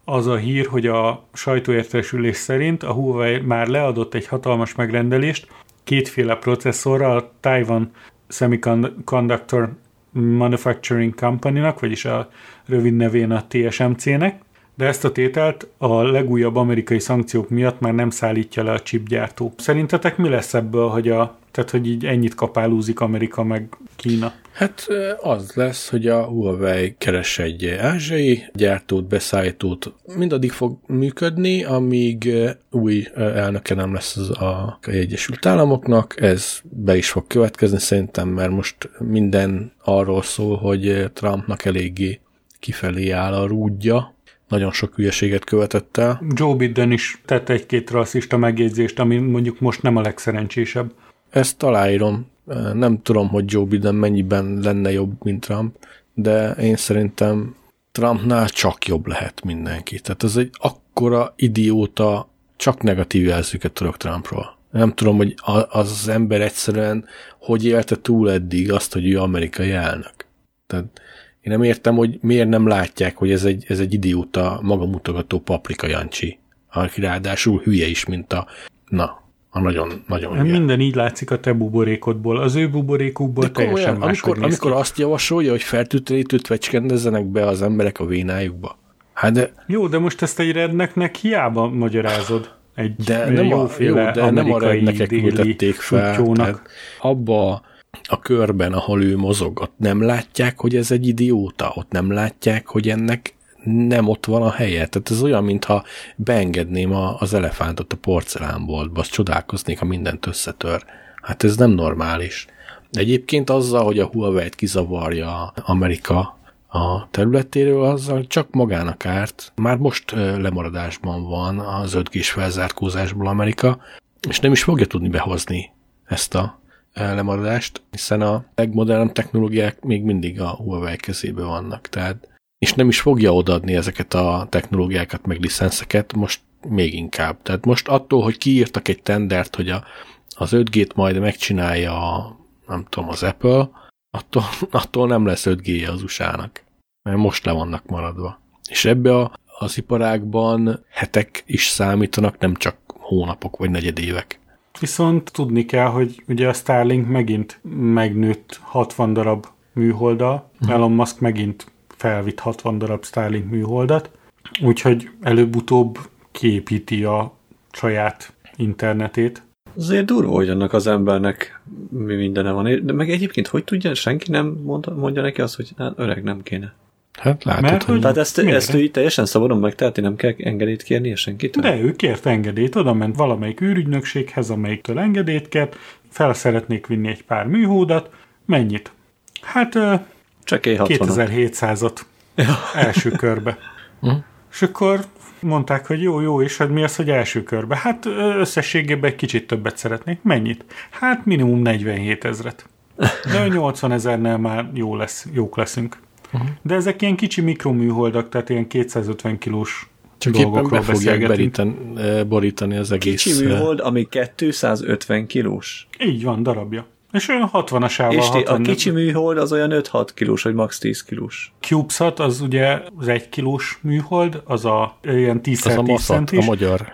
az a hír, hogy a sajtóértesülés szerint a Huawei már leadott egy hatalmas megrendelést kétféle processzorral a Taiwan Semiconductor Manufacturing Company-nak, vagyis a rövid nevén a té es em cé-nek, de ezt a tételt a legújabb amerikai szankciók miatt már nem szállítja le a chipgyártó. Szerintetek mi lesz ebből, hogy a, tehát hogy így ennyit kapálózik Amerika meg Kína? Hát az lesz, hogy a Huawei keres egy ázsiai gyártót, beszállítót, mindaddig fog működni, amíg új elnöke nem lesz az a Egyesült Államoknak, ez be is fog következni szerintem, mert most minden arról szól, hogy Trumpnak eléggé kifelé áll a rúdja, nagyon sok hülyeséget követett el. Joe Biden is tett egy-két rasszista megjegyzést, ami mondjuk most nem a legszerencsésebb. Ezt aláírom. Nem tudom, hogy Joe Biden mennyiben lenne jobb, mint Trump, de én szerintem Trumpnál csak jobb lehet mindenki. Tehát ez egy akkora idióta, csak negatív jelzőket tudok Trumpról. Nem tudom, hogy az az ember egyszerűen hogy élte túl eddig azt, hogy ő amerikai elnök. Tehát én nem értem, hogy miért nem látják, hogy ez egy, ez egy idióta, magamutogató paprika Jancsi, aki ráadásul hülye is, mint a, na, a nagyon, nagyon hülye. Minden így látszik a te buborékodból, az ő buborékukból de teljesen komolyan, máshogy amikor, néz ki. amikor azt javasolja, hogy fertőtlenítőt fecskendezzenek be az emberek a vénájukba. Hát de... Jó, de most ezt egy redneknek hiába magyarázod. Egy de nem a, jó, de nem a rednekek ültették fel. Tehát abba a körben, ahol ő mozog, ott nem látják, hogy ez egy idióta, ott nem látják, hogy ennek nem ott van a helye. Tehát ez olyan, mintha beengedném a, az elefántot a porcelánboltba, azt csodálkoznék, ha mindent összetör. Hát ez nem normális. Egyébként azzal, hogy a Huawei-t kizavarja Amerika a területéről, azzal csak magának árt. Már most lemaradásban van az öt gés felzárkózásból Amerika, és nem is fogja tudni behozni ezt a lemaradást, hiszen a legmodernebb technológiák még mindig a Huawei kezében vannak, tehát és nem is fogja odaadni ezeket a technológiákat, meg licenszeket, most még inkább. Tehát most attól, hogy kiírtak egy tendert, hogy a, az öt gét majd megcsinálja a, nem tudom, az Apple, attól, attól nem lesz öt géje az u es á-nak, mert most le vannak maradva. És ebbe a, az iparágban hetek is számítanak, nem csak hónapok vagy negyedévek. Viszont tudni kell, hogy ugye a Starlink megint megnőtt hatvan darab műholddal, uh-huh. Elon Musk megint felvitt hatvan darab Starlink műholdat, úgyhogy előbb-utóbb kiépíti a saját internetét. Azért durva, hogy annak az embernek mi mindene van. De meg egyébként hogy tudja, senki nem mondja, mondja neki azt, hogy hát öreg, nem kéne. Hát látod, Mert, hogy... Tehát ezt, ezt ő teljesen szabadon megteheti, nem kell engedélyt kérnie senkitől? De ő kért engedélyt, oda ment valamelyik űrügynökséghez, amelyiktől engedélyt kért, fel szeretnék vinni egy pár műholdat. Mennyit? Hát csak kétezer-hétszázat ja. első körbe. Uh-huh. És akkor mondták, hogy jó, jó, és hát mi az, hogy első körbe? Hát összességében egy kicsit többet szeretnék. Mennyit? Hát minimum negyvenhét ezret. De nyolcvan ezernel már jó lesz, jók leszünk. Uh-huh. De ezek ilyen kicsi mikroműholdak, tehát ilyen kétszázötven kilós csak dolgokról éppen be fogják berítani, borítani az egész. Kicsi műhold, ami kétszázötven kilós. Így van, darabja. És olyan hatvanasával. És hatvan... a kicsi műhold az olyan öt-hat kilós, vagy max. tíz kilós. CubeSat az ugye az egy kilós műhold, az a ilyen tíz tíz centis. A magyar.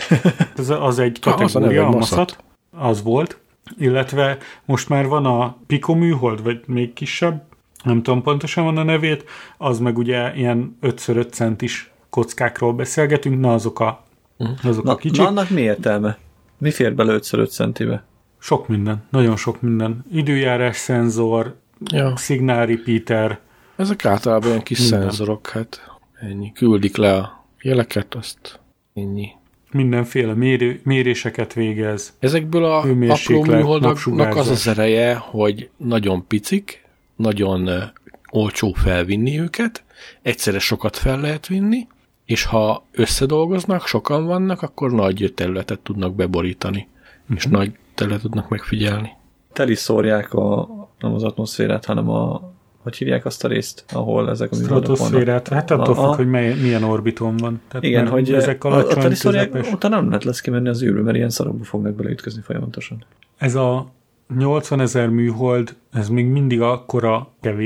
az, az egy kategória, a maszat. Az volt. Illetve most már van a Pico műhold, vagy még kisebb, nem tudom pontosan van a nevét, az meg ugye ilyen öt szor öt centis kockákról beszélgetünk, na azok a, azok na, a kicsik. Na annak mi értelme? Mi fér bele öt szor öt centibe? Sok minden, nagyon sok minden. Időjárás szenzor, ja. Signal repeater. Ezek általában ilyen kis minden. Szenzorok, hát ennyi. Küldik le a jeleket, azt ennyi. Mindenféle mérő, méréseket végez. Ezekből a apró műholdaknak az az ereje, hogy nagyon picik, nagyon uh, olcsó felvinni őket, egyszerre sokat fel lehet vinni, és ha összedolgoznak, sokan vannak, akkor nagy területet tudnak beborítani, uh-huh. és nagy területet tudnak megfigyelni. Teli szórják a, nem az atmoszférát, hanem a, hogy hívják azt a részt, ahol ezek a műholdak vannak. Stratoszférát, hát attól függ, hogy mely, milyen orbiton van. Tehát igen, hogy ezek a, a teli szórják, utána nem lehet lesz kimenni az űrbe, mert ilyen szarokba fognak beleütközni folyamatosan. Ez a nyolcvanezer műhold, ez még mindig akkora kevés,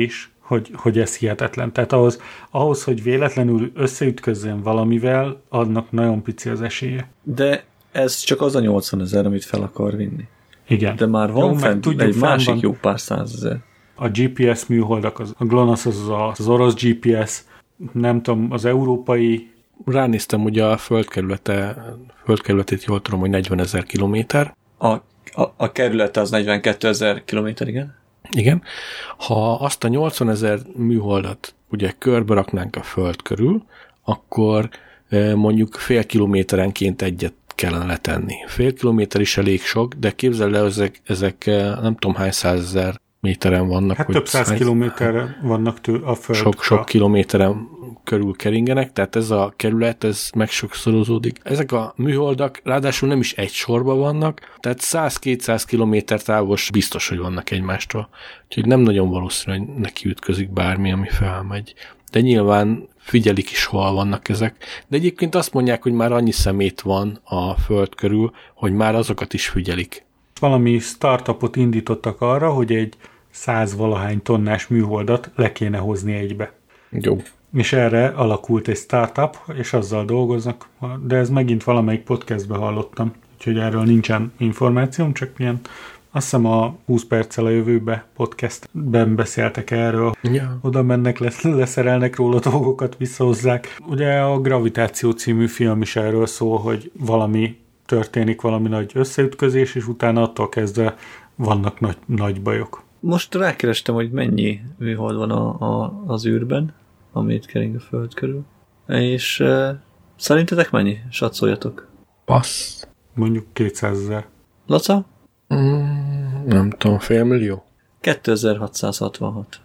hogy, hogy ez hihetetlen. Tehát ahhoz, ahhoz, hogy véletlenül összeütközzen valamivel, annak nagyon pici az esélye. De ez csak az a nyolcvanezer, amit fel akar vinni. Igen. De már van jó, fent tudjuk, egy másik van jó pár százezer. A gé pé es műholdak, az, a GLONASS, az, az, az orosz gé pé es, nem tudom, az európai... Ránéztem, ugye a földkerülete, földkerületét jól tudom, hogy negyvenezer kilométer. A, a, a kerülete az negyvenkétezer kilométer, igen? Igen. Ha azt a nyolcvanezer műholdat ugye körbe raknánk a föld körül, akkor mondjuk fél kilométerenként egyet kellene letenni. Fél kilométer is elég sok, de képzeld el, ezek, ezek nem tudom hány százezer méteren vannak. Hát több száz kilométerre vannak tő a föld. Sok, sok kilométeren körül keringenek, tehát ez a kerület, ez megsokszorozódik. Ezek a műholdak ráadásul nem is egy sorban vannak, tehát száz-kétszáz kilométer távos biztos, hogy vannak egymástól. Úgyhogy nem nagyon valószínű, hogy neki ütközik bármi, ami felmegy. De nyilván figyelik is, hol vannak ezek. De egyébként azt mondják, hogy már annyi szemét van a föld körül, hogy már azokat is figyelik. Valami startupot indítottak arra, hogy egy százvalahány tonnás műholdat le kéne hozni egybe. Jó. És erre alakult egy startup, és azzal dolgoznak, de ez megint valamelyik podcastben hallottam, úgyhogy erről nincsen információm, csak ilyen, azt hiszem a húsz perccel a jövőbe podcastben beszéltek erről. Ja. Oda mennek, lesz, leszerelnek róla dolgokat, visszahozzák. Ugye a Gravitáció című film is erről szól, hogy valami történik, valami nagy összeütközés, és utána attól kezdve vannak nagy, nagy bajok. Most rákerestem, hogy mennyi műhold van a, a, az űrben, amit kering a föld körül. És uh, szerintetek mennyi? Satszoljatok. Passz. Mondjuk kétszázezer. Laca? Mm, nem tudom, félmillió? kétezer-hatszázhatvanhat.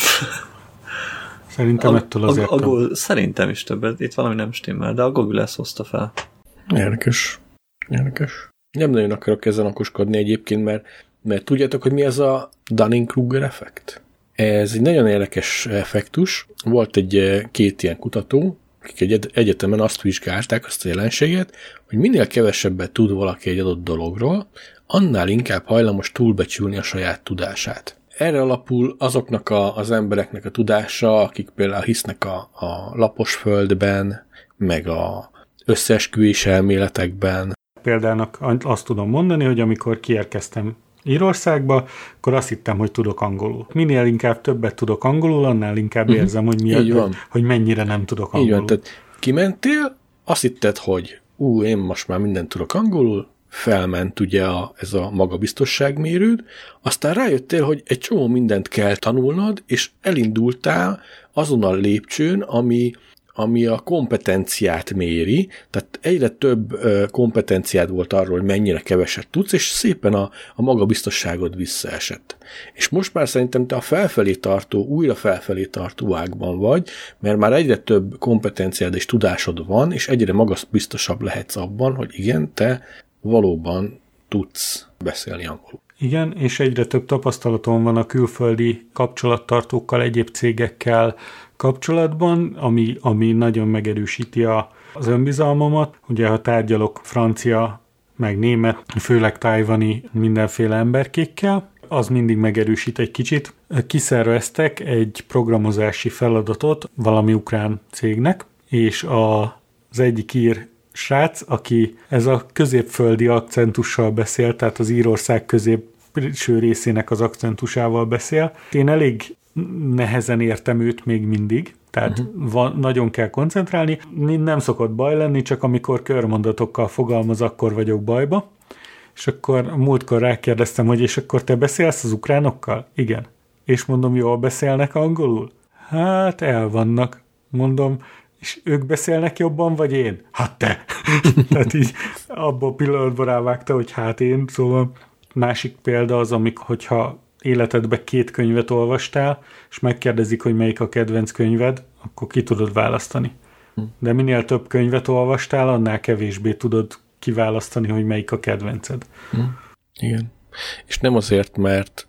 Szerintem a, ettől azért a, a, a, Szerintem is többet. Itt valami nem stimmel, de a Google ezt hozta fel. Érdekes. Érdekes. Nem nagyon akarok ezen okoskodni egyébként, mert, mert tudjátok, hogy mi ez a Dunning-Kruger effekt? Ez egy nagyon érdekes effektus. Volt egy két ilyen kutató, akik egy egyetemen azt vizsgálták, azt a jelenséget, hogy minél kevesebbet tud valaki egy adott dologról, annál inkább hajlamos túlbecsülni a saját tudását. Erre alapul azoknak a, az embereknek a tudása, akik például hisznek a, a lapos földben, meg a összeesküvés elméletekben. Példának azt tudom mondani, hogy amikor kiérkeztem Írországba, akkor azt hittem, hogy tudok angolul. Minél inkább többet tudok angolul, annál inkább uh-huh. érzem, hogy, mi a, hogy mennyire nem tudok angolul. Így van, tehát kimentél, azt hitted, hogy ú, én most már mindent tudok angolul, felment ugye a, ez a magabiztosságmérőd, aztán rájöttél, hogy egy csomó mindent kell tanulnod, és elindultál azon a lépcsőn, ami ami a kompetenciát méri, tehát egyre több ö, kompetenciád volt arról, hogy mennyire keveset tudsz, és szépen a, a magabiztosságod visszaesett. És most már szerintem te a felfelé tartó, újra felfelé tartó ágban vagy, mert már egyre több kompetenciád és tudásod van, és egyre magabiztosabb lehetsz abban, hogy igen, te valóban tudsz beszélni angolul. Igen, és egyre több tapasztalatom van a külföldi kapcsolattartókkal, egyéb cégekkel kapcsolatban, ami, ami nagyon megerősíti a, az önbizalmamat. Ugye, ha tárgyalok francia, meg német, főleg tájvani mindenféle emberkékkel, az mindig megerősít egy kicsit. Kiszerveztek egy programozási feladatot valami ukrán cégnek, és a, az egyik ír srác, aki ez a középföldi akcentussal beszél, tehát az Írország középső részének az akcentusával beszél. Én elég nehezen értem őt még mindig, tehát uh-huh. van, nagyon kell koncentrálni. Nem szokott baj lenni, csak amikor körmondatokkal fogalmaz, akkor vagyok bajba. És akkor múltkor rákérdeztem, hogy és akkor te beszélsz az ukránokkal? Igen. És mondom, jól beszélnek angolul? Hát el vannak. Mondom, és ők beszélnek jobban, vagy én? Hát te! Tehát így abban a pillanatban rávágta, hogy hát én. Szóval másik példa az, amik, hogyha életedben két könyvet olvastál, és megkérdezik, hogy melyik a kedvenc könyved, akkor ki tudod választani. De minél több könyvet olvastál, annál kevésbé tudod kiválasztani, hogy melyik a kedvenced. Igen. És nem azért, mert,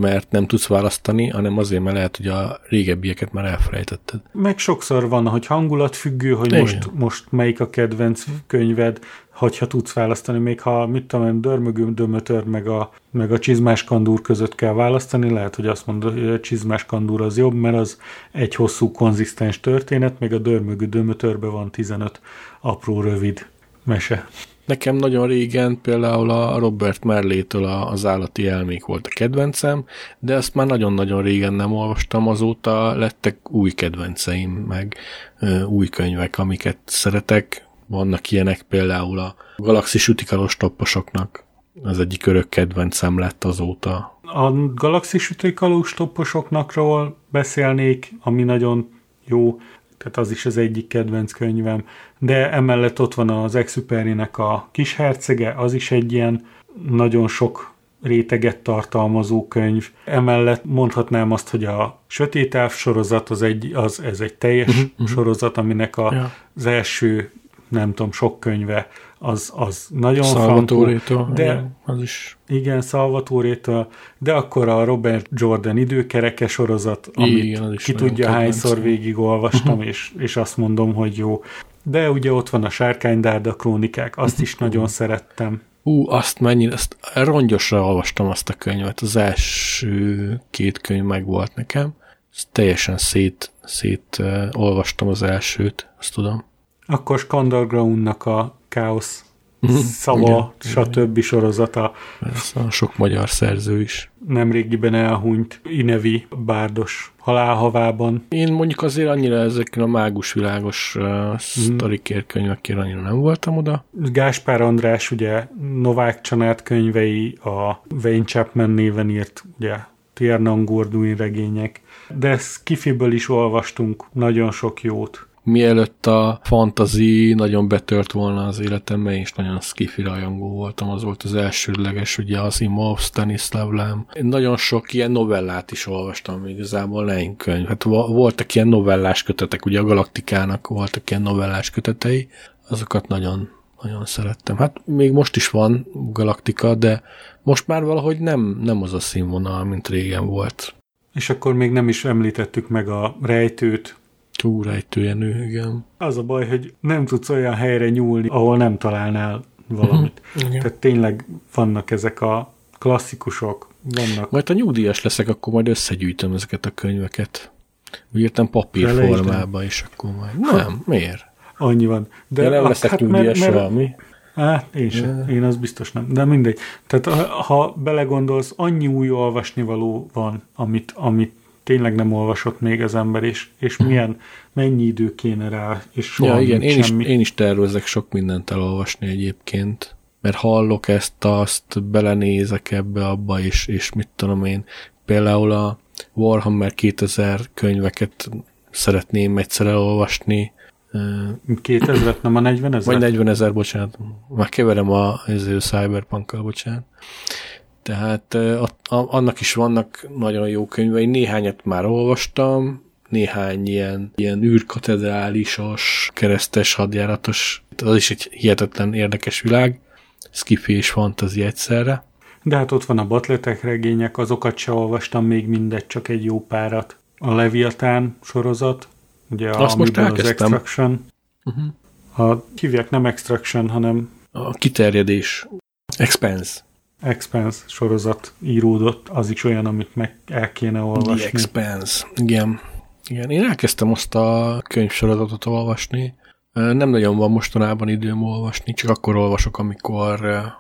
mert nem tudsz választani, hanem azért, mert lehet, hogy a régebbieket már elfelejtetted. Meg sokszor van, hogy hangulatfüggő, hogy most, most melyik a kedvenc könyved, hogyha tudsz választani, még ha, mit tudom, Dörmögő Dömötör meg a, meg a Csizmás Kandúr között kell választani, lehet, hogy azt mondod, hogy a Csizmás Kandúr az jobb, mert az egy hosszú, konzisztens történet, meg a Dörmögő Dömötörben van tizenöt apró, rövid mese. Nekem nagyon régen például a Robert Merlétől az Állati elmék volt a kedvencem, de ezt már nagyon-nagyon régen nem olvastam, azóta lettek új kedvenceim, meg ö, új könyvek, amiket szeretek. Vannak ilyenek például a Galaxis Ütikalos topposoknak. Az egyik örök kedvencem lett azóta. A Galaxis Ütikalos topposoknakról beszélnék, ami nagyon jó, tehát az is az egyik kedvenc könyvem, de emellett ott van az Exupérynek a Kishercege, az is egy ilyen nagyon sok réteget tartalmazó könyv. Emellett mondhatnám azt, hogy a Sötét Elf sorozat, az egy, az, ez egy teljes uh-huh. sorozat, aminek a, ja. az első, nem tudom, sok könyve, az, az nagyon Salvatore-től, de igen, az is. Igen, Salvatore-től, de akkor a Robert Jordan időkereke sorozat, amit igen, ki tudja hányszor végigolvastam, uh-huh. és, és azt mondom, hogy jó. De ugye ott van a Sárkánydárda krónikák, azt uh-huh. is nagyon szerettem. Ú, azt mennyire, azt rongyosra olvastam azt a könyvet, az első két könyv meg volt nekem, ezt teljesen szét, szét uh, olvastam az elsőt, azt tudom. Akkor Skandargraunnak a Káosz szava, stb. Sorozata. Ez a sok magyar szerző is. Nemrégiben elhunyt Inevi bárdos halálhavában. Én mondjuk azért annyira ezeken a mágus világos uh, sztorikérkönyvekért annyira nem voltam oda. Gáspár András, ugye Novák Csanád könyvei, a Wayne Chapman néven írt, ugye Tiernan Gorduin regények, de Skifiből is olvastunk nagyon sok jót. Mielőtt a fantasy nagyon betört volna az életemben, és nagyon skifi rajongó voltam, az volt az elsődleges, ugye Asimov, Stanislav Lem. Én nagyon sok ilyen novellát is olvastam, igazából nem könyv. Hát voltak ilyen novellás kötetek, ugye a Galaktikának voltak ilyen novellás kötetei, azokat nagyon, nagyon szerettem. Hát még most is van Galaktika, de most már valahogy nem, nem az a színvonal, mint régen volt. És akkor még nem is említettük meg a Rejtőt. Túl rejtőjenő, igen. Az a baj, hogy nem tudsz olyan helyre nyúlni, ahol nem találnál valamit. Uh-huh. Tehát tényleg vannak ezek a klasszikusok. Vannak. Majd ha nyugdíjas leszek, akkor majd összegyűjtöm ezeket a könyveket. Úgy értem papírformában, és akkor majd... Nem, miért? Annyi van. De nem leszek hát, nyugdíjas mert, mert, valami. Hát, én sem. Yeah. Én az biztos nem. De mindegy. Tehát ha belegondolsz, annyi új olvasnivaló van, amit, amit tényleg nem olvasott még az ember, és, és milyen, mennyi idő kéne rá, és soha ja, igen, én semmi. is, én is tervezek sok mindent elolvasni egyébként, mert hallok ezt, azt, belenézek ebbe, abba, és, és mit tudom én. Például a Warhammer kétezer könyveket szeretném egyszer elolvasni. kétezret, nem a negyvenezer? Vagy negyvenezer, bocsánat. Már keverem a, a Cyberpunk-kal, bocsánat. Tehát a, a, annak is vannak nagyon jó könyvei, néhányat már olvastam, néhány ilyen, ilyen űrkatedrálisos, keresztes, hadjáratos, az is egy hihetetlen érdekes világ, skifi és fantasy egyszerre. De hát ott van a Battletek regények, azokat se olvastam még mindegy, csak egy jó párat. A Leviatán sorozat, ugye azt most elkezdtem. Az Extraction. Uh-huh. A hívják nem Extraction, hanem a kiterjedés. Expanse. Expanse sorozat íródott, az is olyan, amit meg el kéne olvasni. The Expanse, igen. igen. Én elkezdtem azt a könyvsorozatot olvasni. Nem nagyon van mostanában időm olvasni, csak akkor olvasok, amikor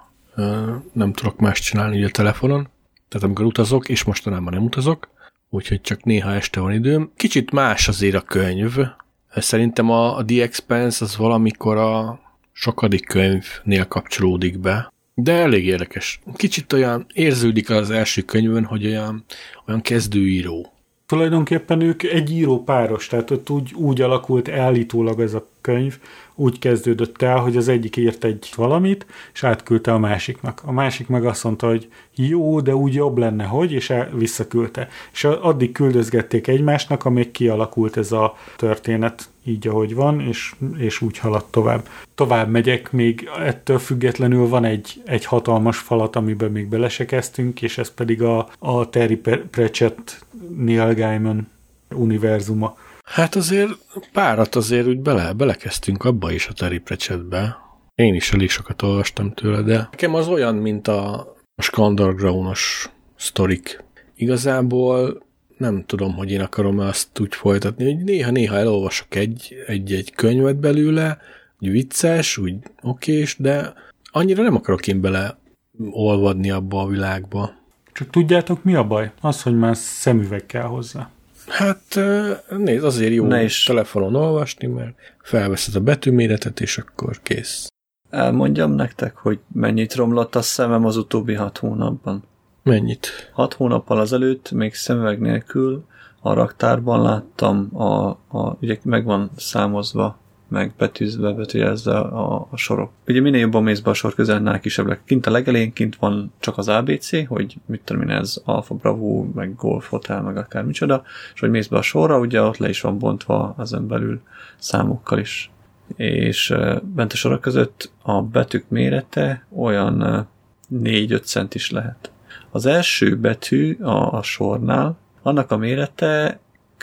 nem tudok más csinálni a telefonon. Tehát amikor utazok, és mostanában nem utazok, úgyhogy csak néha este van időm. Kicsit más azért a könyv. Szerintem a, a The Expanse az valamikor a sokadik könyvnél kapcsolódik be. De elég érdekes. Kicsit olyan érződik az első könyvön, hogy olyan, olyan kezdőíró. Tulajdonképpen ők egy író páros, tehát ott úgy, úgy alakult állítólag ez a könyv úgy kezdődött el, hogy az egyik írt egy valamit, és átküldte a másiknak. A másik meg azt mondta, hogy jó, de úgy jobb lenne, hogy, és el, visszaküldte. És addig küldözgették egymásnak, amíg kialakult ez a történet így, ahogy van, és, és úgy haladt tovább. Tovább megyek, még ettől függetlenül van egy, egy hatalmas falat, amiben még bele se kezdtünk, és ez pedig a, a Terry Pratchett, Neil Gaiman univerzuma. Hát azért párat azért úgy bele, belekezdtünk abba is a Terry Pratchettbe. Én is elég sokat olvastam tőle, de nekem az olyan, mint a Underground-os sztorik. Igazából nem tudom, hogy én akarom azt úgy folytatni, hogy néha-néha elolvasok egy, egy-egy könyvet belőle, úgy vicces, úgy okés, de annyira nem akarok én bele olvadni abba a világba. Csak tudjátok, mi a baj? Az, hogy már szemüveg kell hozzá. Hát nézd, azért jó ne is telefonon olvasni, mert felveszed a betűméretet, és akkor kész. Elmondjam nektek, hogy mennyit romlott a szemem az utóbbi hat hónapban. Mennyit? Hat hónappal azelőtt még szemüveg nélkül a raktárban láttam, a, a, ugye meg van számozva, meg betűzve, betűjelezve a, a sorok. Ugye minél jobban mész be a sor közel, annál kisebb lett. Kint a legelén, kint van csak az á bé cé, hogy mit tudom én, ez Alfa Bravo, meg Golf Hotel, meg akár micsoda, és hogy mész be a sorra, ugye ott le is van bontva ezen belül számokkal is. És bent a sorok között a betűk mérete olyan négy-öt cent is lehet. Az első betű a, a sornál, annak a mérete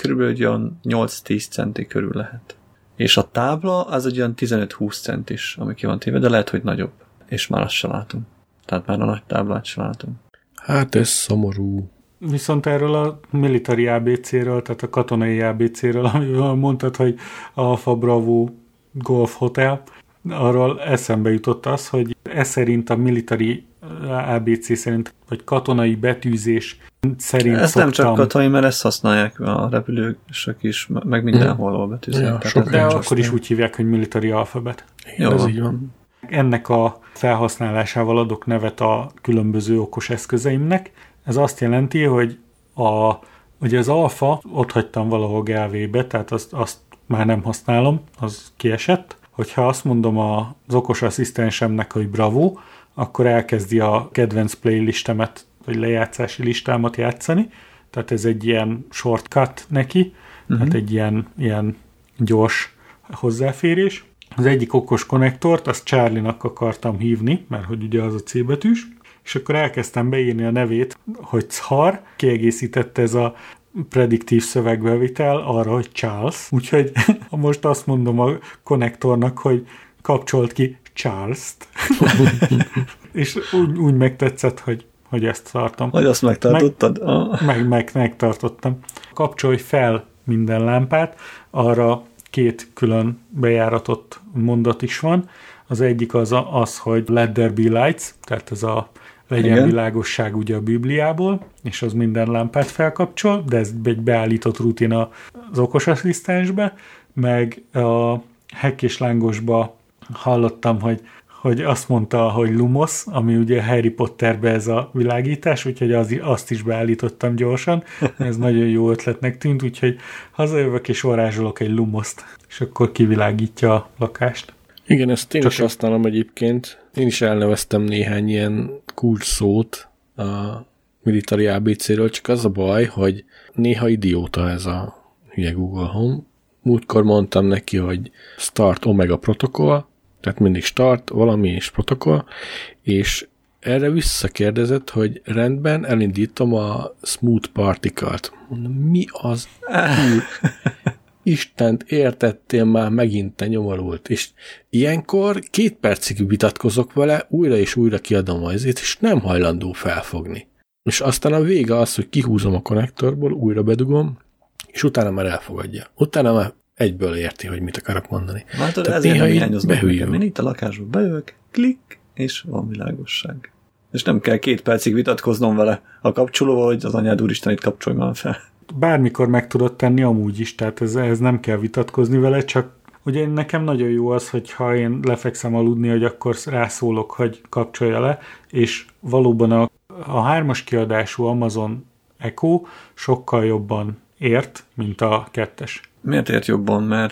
kb. nyolc-tíz centi körül lehet. És a tábla az egy olyan tizenöt-húsz cent is, ami ki van téve, de lehet, hogy nagyobb. És már azt se látom. Tehát már a nagy táblát se látom. Hát ez szomorú. Viszont erről a military á bé cé-ről, tehát a katonai á bé cé-ről, amivel mondtad, hogy Alfa Bravo Golf Hotel, arról eszembe jutott az, hogy ez szerint a military á bé cé szerint, vagy katonai betűzés szerint ez szoktam... nem csak katonai, mert ezt használják a repülősök is, meg mindenhol hmm. betűzik. Ja, de akkor használ. Is úgy hívják, hogy military alfabet. Jó, ez így van. Ennek a felhasználásával adok nevet a különböző okos eszközeimnek. Ez azt jelenti, hogy a, ugye az alfa ott hagytam valahol gé vé-be, tehát azt, azt már nem használom, az kiesett. Hogyha azt mondom az okos asszisztensemnek, hogy bravo, akkor elkezdi a kedvenc playlistemet, vagy lejátszási listámat játszani. Tehát ez egy ilyen shortcut neki, uh-huh. tehát egy ilyen, ilyen gyors hozzáférés. Az egyik okos konnektort, azt Charlie-nak akartam hívni, mert hogy ugye az a C betűs, és akkor elkezdtem beírni a nevét, hogy Char, kiegészítette ez a prediktív szövegbevitel arra, hogy Charles. Úgyhogy most azt mondom a konnektornak, hogy kapcsolt ki Charles-t. És úgy, úgy megtetszett, hogy, hogy ezt tartom. Hogy azt megtartottad? Meg, oh. meg, meg, megtartottam. Kapcsolj fel minden lámpát, arra két külön bejáratott mondat is van. Az egyik az, a, az hogy let there be lights, tehát ez a legyen igen. világosság ugye a Bibliából, és az minden lámpát felkapcsol, de ez egy beállított rutin az okos asszisztensbe, meg a Hekk és Lángosba hallottam, hogy, hogy azt mondta, hogy Lumos, ami ugye Harry Potterbe ez a világítás, úgyhogy az, azt is beállítottam gyorsan, ez nagyon jó ötletnek tűnt, úgyhogy hazajövök és varázsolok egy Lumoszt, és akkor kivilágítja a lakást. Igen, ezt én Csak is használom egyébként. Én is elneveztem néhány ilyen kulcs szót a military á bé cé-ről, csak az a baj, hogy néha idióta ez a hülye Google Home. Múltkor mondtam neki, hogy start omega protokoll, tehát mindig start, valami és protokoll, és erre visszakérdezett, hogy rendben, elindítom a smooth particle-t. Mondom, mi az? Istent értettél már, megint te nyomorult. És ilyenkor két percig vitatkozok vele, újra és újra kiadom azért, és nem hajlandó felfogni. És aztán a vége az, hogy kihúzom a konnektorból, újra bedugom, és utána már elfogadja. Utána már egyből érti, hogy mit akarok mondani. Látod, ezért nem hiányoznak nekem. Én itt a lakásba bejövök, klik, és van világosság. És nem kell két percig vitatkoznom vele a kapcsolóval, hogy az anyád úristen itt kapcsolj már fel. Bármikor meg tudod tenni amúgy is, tehát ez, ez nem kell vitatkozni vele, csak ugye nekem nagyon jó az, hogyha én lefekszem aludni, hogy akkor rászólok, hogy kapcsolja le, és valóban a, a hármas kiadású Amazon Echo sokkal jobban ért, mint a kettes. Miért ért jobban? Mert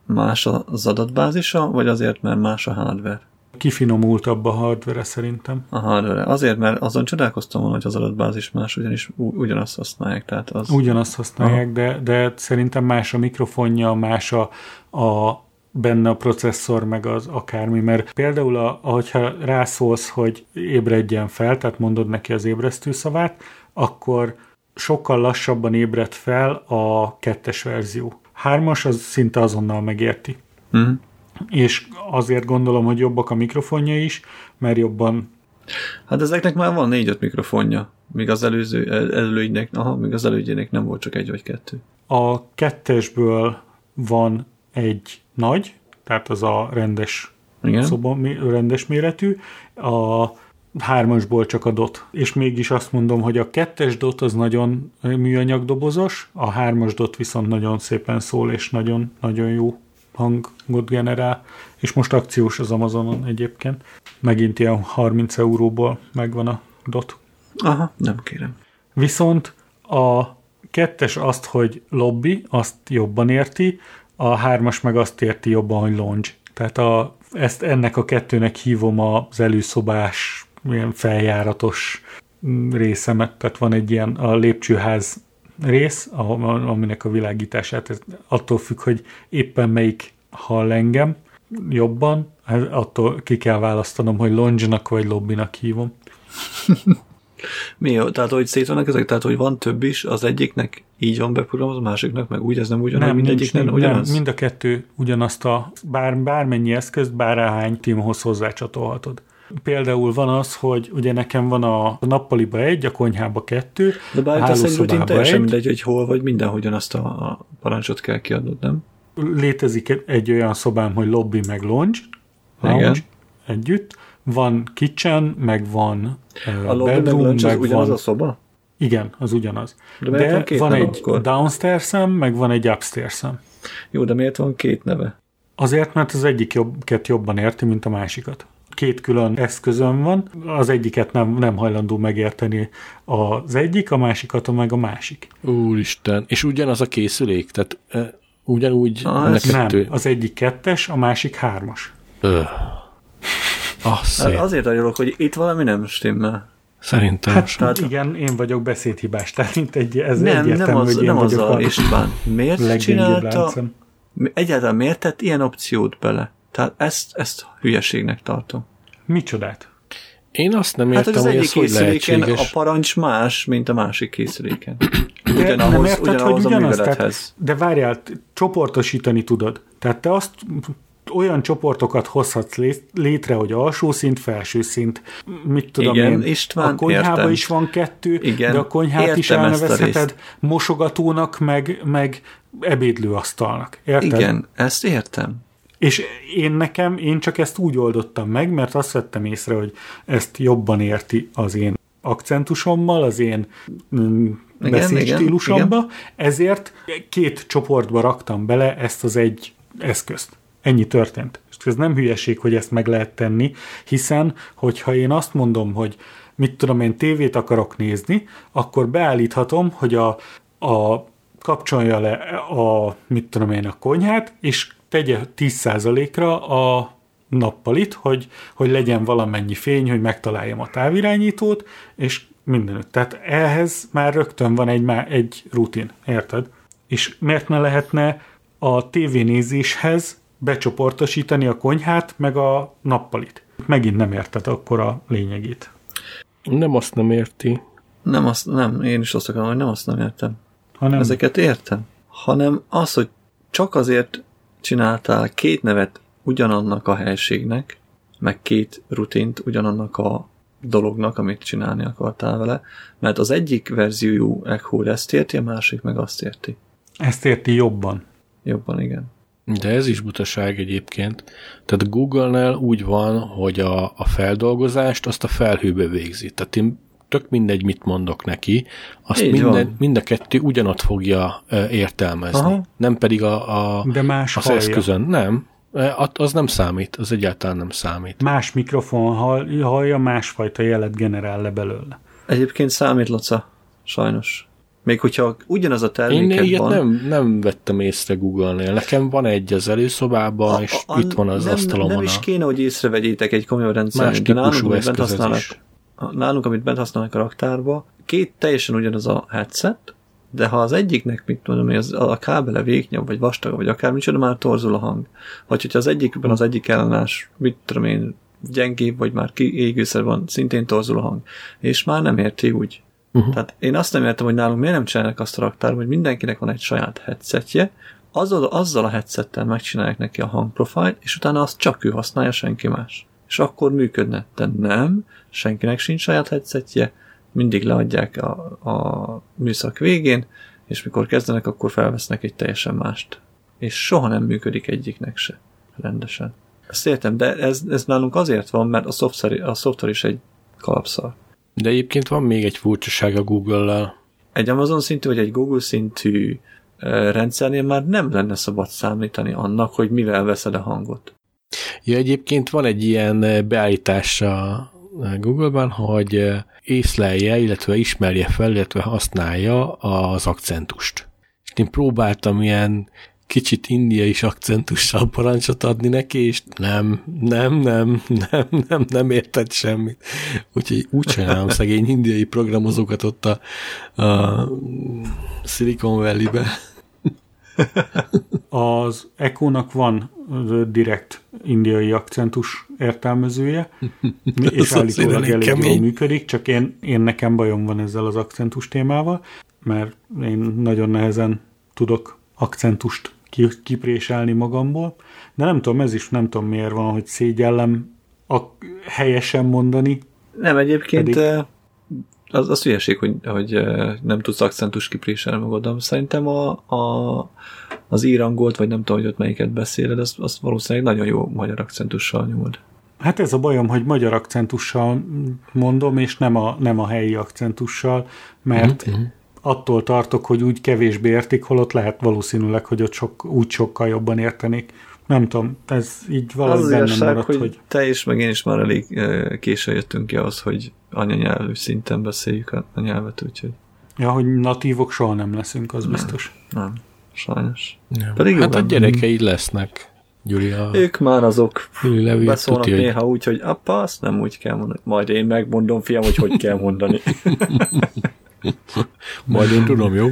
más az adatbázisa, vagy azért, mert más a hardware? Kifinomultabb a hardware szerintem. A hardware. Azért, mert azon csodálkoztam volna, hogy az adatbázis más, ugyanis ugyanazt használják. Tehát az... Ugyanazt használják, de, de szerintem más a mikrofonja, más a, a benne a processzor, meg az akármi, mert például, a, ahogyha rászólsz, hogy ébredjen fel, tehát mondod neki az ébresztő szavát, akkor sokkal lassabban ébred fel a kettes verzió. Hármas az szinte azonnal megérti. Mm. És azért gondolom, hogy jobbak a mikrofonja is, mert jobban... Hát ezeknek már van négy-öt mikrofonja, míg az előző, előügynek, aha, míg az elődjének nem volt csak egy vagy kettő. A kettesből van egy nagy, tehát az a rendes, szoba, rendes méretű, a hármasból csak a dot. És mégis azt mondom, hogy a kettes dot az nagyon műanyagdobozos, a hármas dot viszont nagyon szépen szól, és nagyon, nagyon jó hangot generál, és most akciós az Amazonon egyébként. Megint ilyen harminc euróból megvan a dot. Aha, nem kérem. Viszont a kettes azt, hogy lobby, azt jobban érti, a hármas meg azt érti jobban, hogy lounge. Tehát a, ezt ennek a kettőnek hívom az előszobás, ilyen feljáratos részemet, tehát van egy ilyen a lépcsőház rész, aminek a világítását ez attól függ, hogy éppen melyik hall engem jobban, attól ki kell választanom, hogy lounge-nak vagy lobbynak hívom. Mi jó? Tehát, hogy szét vannak ezek? Tehát, hogy van több is, az egyiknek így van beprogramozva, a másiknak meg úgy, ez nem ugyanaz, nem, mindegyik nem, nem ugyanaz? Nem, mind a kettő ugyanazt a, bár, bármennyi eszközt, bárhány tímhoz hozzácsatolhatod. Például van az, hogy ugye nekem van a nappaliba egy, a konyhába kettő, de bár a hálószobába teljesen mindegy, hogy hol vagy, mindenhogyan azt a parancsot kell kiadnod, nem? Létezik egy olyan szobám, hogy lobby meg lounge, lounge együtt, van kitchen, meg van uh, a bedroom, meg, meg ugyanaz van... a szoba? Igen, az ugyanaz. De, de van, van egy akkor? downstairs-em, meg van egy upstairs-em. Jó, de miért van két neve? Azért, mert az egyiket jobban érti, mint a másikat. Két külön eszközöm van, az egyiket nem, nem hajlandó megérteni az egyik, a másikat meg a másik. Úristen, és ugyanaz a készülék? Tehát e, ugyanúgy... Ah, nem, az egyik kettes, a másik hármas. Öh. Ah, szép. Azért arról, hogy itt valami nem stimmel. Szerintem hát, most. Tehát igen, én vagyok beszédhibás, tehát mint egy, ez nem, egyértelmű, nem az, hogy én nem vagyok azzal, István. Miért csinálta? Láncem. Egyáltalán miért tett ilyen opciót bele? Tehát ezt, ezt hülyeségnek tartom. Micsodát? Én azt nem értem, hát, hogy az hogy ez hogy lehetséges. A parancs más, mint a másik készüléken. De ugyanahoz, nem érted, ugyanahoz hogy ugyanaz? Tehát, a de várjál, csoportosítani tudod. Tehát te azt olyan csoportokat hozhatsz létre, hogy alsó szint, felső szint, mit tudom igen, én, István, a konyhában értem. is van kettő, igen, de a konyhát értem is elnevezheted mosogatónak, meg, meg ebédlőasztalnak. Érted? Igen, ezt értem. És én nekem, én csak ezt úgy oldottam meg, mert azt vettem észre, hogy ezt jobban érti az én akcentusommal, az én beszédstílusomba, ezért két csoportba raktam bele ezt az egy eszközt. Ennyi történt. És ez nem hülyeség, hogy ezt meg lehet tenni, hiszen, hogyha én azt mondom, hogy mit tudom én, tévét akarok nézni, akkor beállíthatom, hogy a, a kapcsolja le a, mit tudom én, a konyhát, és tegye tíz százalékra a nappalit, hogy, hogy legyen valamennyi fény, hogy megtaláljam a távirányítót, és mindenütt. Tehát ehhez már rögtön van egy, már egy rutin, érted? És miért ne lehetne a tévénézéshez becsoportosítani a konyhát, meg a nappalit? Megint nem érted akkor a lényegét. Nem azt nem érti. Nem, azt, nem, én is azt akarom, hogy nem azt nem értem. Hanem... Ezeket értem. Hanem az, hogy csak azért csináltál két nevet ugyanannak a helységnek, meg két rutint ugyanannak a dolognak, amit csinálni akartál vele, mert az egyik verziójú Echo ezt érti, a másik meg azt érti. Ezt érti jobban. Jobban, igen. De ez is butaság egyébként. Tehát Google-nál úgy van, hogy a, a feldolgozást azt a felhőbe végzi. Tehát én tök mindegy, mit mondok neki, azt minden, mind a kettő ugyanott fogja uh, értelmezni. Aha. Nem pedig a, a, De más az hallja. eszközön. Nem. Az nem számít. Az egyáltalán nem számít. Más mikrofon hallja, másfajta jelet generál le belőle. Egyébként számít, Laca. Sajnos. Még hogyha ugyanaz a Én terméket ilyet van... nem, nem vettem észre Google-nél. Nekem van egy az előszobában, a, és a, a, itt van az nem, asztalomon. Nem is kéne, hogy észrevegyétek egy komoly rendszer. Más típusú eszköz is. Nálunk, amit bent használnak a raktárba, két teljesen ugyanaz a headset, de ha az egyiknek, mit mondom, az, a kábele vékonyabb, vagy vastag, vagy akármicsoda, már torzul a hang. Vagy hogyha az egyikben az egyik ellenállás, mit tudom én, gyengébb, vagy már kiégőszer van, szintén torzul a hang. És már nem érti úgy. Uh-huh. Tehát én azt nem értem, hogy nálunk miért nem csinálnak azt a raktárban, hogy mindenkinek van egy saját headsetje, azzal, azzal a headsettel megcsinálják neki a hangprofilt, és utána azt csak ő használja, senki más. És akkor működne. De nem, senkinek sincs saját headsetje, mindig leadják a, a műszak végén, és mikor kezdenek, akkor felvesznek egy teljesen mást. És soha nem működik egyiknek se rendesen. Ezt értem, de ez, ez nálunk azért van, mert a szoftver, a szoftver is egy kalapszar. De egyébként van még egy furcsaság a Google-lel. Egy Amazon szintű, vagy egy Google szintű uh, rendszernél már nem lenne szabad számítani annak, hogy mivel veszed a hangot. Ja, egyébként van egy ilyen beállítás a Google-ban, hogy észlelje, illetve ismerje fel, illetve használja az akcentust. És én próbáltam ilyen kicsit indiai akcentussal parancsot adni neki, és nem, nem, nem, nem, nem, nem értett semmit. Úgyhogy úgy csinálom szegény indiai programozókat ott a, a Silicon Valley-be. Az Echo-nak van direkt indiai akcentus értelmezője, és állítólag elég jól működik, csak én, én nekem bajom van ezzel az akcentus témával, mert én nagyon nehezen tudok akcentust kipréselni magamból, de nem tudom, ez is nem tudom miért van, hogy szégyellem a helyesen mondani. Nem, egyébként pedig... az, az hülyeség, hogy, hogy nem tudsz akcentus kipréselni magadon. Szerintem a, a, az írangolt, vagy nem tudom, hogy ott melyiket beszéled, azt az valószínűleg nagyon jó magyar akcentussal nyomod. Hát ez a bajom, hogy magyar akcentussal mondom, és nem a, nem a helyi akcentussal, mert mm-hmm. attól tartok, hogy úgy kevésbé értik, holott lehet valószínűleg, hogy ott sok, úgy sokkal jobban értenék. Nem tudom, ez így valahogy az bennem igazság, maradt, hogy, hogy... te is, meg én is már elég későn jöttünk ki ahhoz, hogy anyanyelvű szinten beszéljük a, a nyelvet, úgyhogy... Ja, hogy natívok soha nem leszünk, az nem, biztos. Nem, sajnos. Nem. Pedig hát a gyerekeid lesznek, Gyuri. A... Ők már azok beszólnak tuti, néha hogy... úgy, hogy apa, azt nem úgy kell mondani. Majd én megmondom, fiam, hogy hogy kell mondani. Majd én tudom, jó?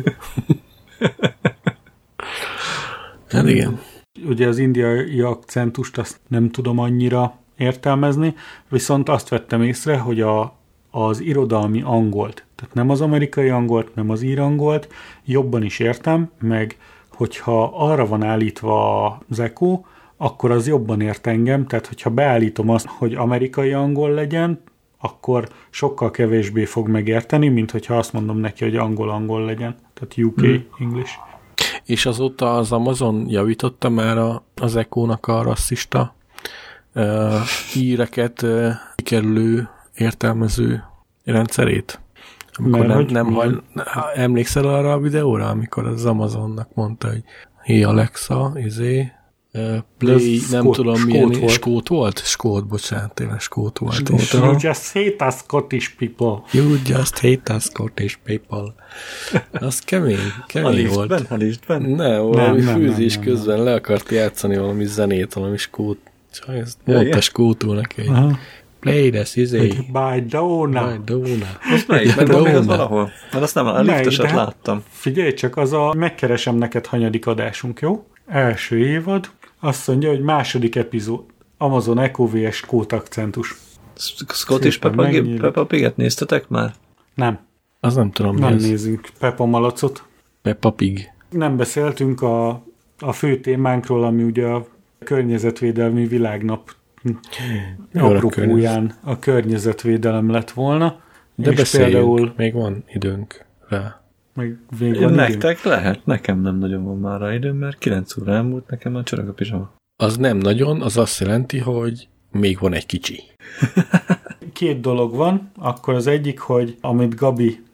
Hát igen. Ugye az indiai akcentust azt nem tudom annyira értelmezni, viszont azt vettem észre, hogy a, az irodalmi angolt, tehát nem az amerikai angolt, nem az ír angolt, jobban is értem, meg hogyha arra van állítva az Echo, akkor az jobban ért engem, tehát hogyha beállítom azt, hogy amerikai angol legyen, akkor sokkal kevésbé fog megérteni, mint hogyha azt mondom neki, hogy angol-angol legyen, tehát U K hmm. English. És azóta az Amazon javította már a, az Echo-nak a rasszista uh, íreket uh, kikerülő értelmező rendszerét? Amikor Mert nem, nem hajl... Emlékszel arra a videóra, amikor az Amazonnak mondta, hogy hey Alexa, izé, uh, play, nem skót, tudom skót milyen, volt. skót volt? Skót, bocsánat, tényleg skót volt. Skót. You just hate us Scottish people. You just hate us Scottish people. Az kemény, kemény a volt. Liftben, a liftben? Ne, valami nem, fűzés nem, nem, közben nem. Le akart játszani valami zenét, valami skót. Csak ezt ja, mondta skótul neki, hogy uh-huh. play this, izé. By Dona. By Dona. Most melyik? Meg van még az valahol? Mert azt nem, a lifteset láttam. Figyelj csak, az a megkeresem neked hanyadik adásunk, jó? Első évad. Azt mondja, hogy második epizód. Amazon Echo vé es skót akcentus. Scottish Peppa, Peppa Piget néztetek már? Nem. Az nem tudom. Nem nézzünk Peppa Malacot. Peppa Pig. Nem beszéltünk a, a fő témánkról, ami ugye a környezetvédelmi világnap apropóján a környezetvédelem lett volna. De beszéljünk, például, még van időnk rá. Még van nektek időnk? Lehet, nekem nem nagyon van már rá időm, mert kilenc óra elmúlt, nekem már csörög a pizsama. Az nem nagyon, az azt jelenti, hogy még van egy kicsi. Két dolog van, akkor az egyik, hogy amit Gabi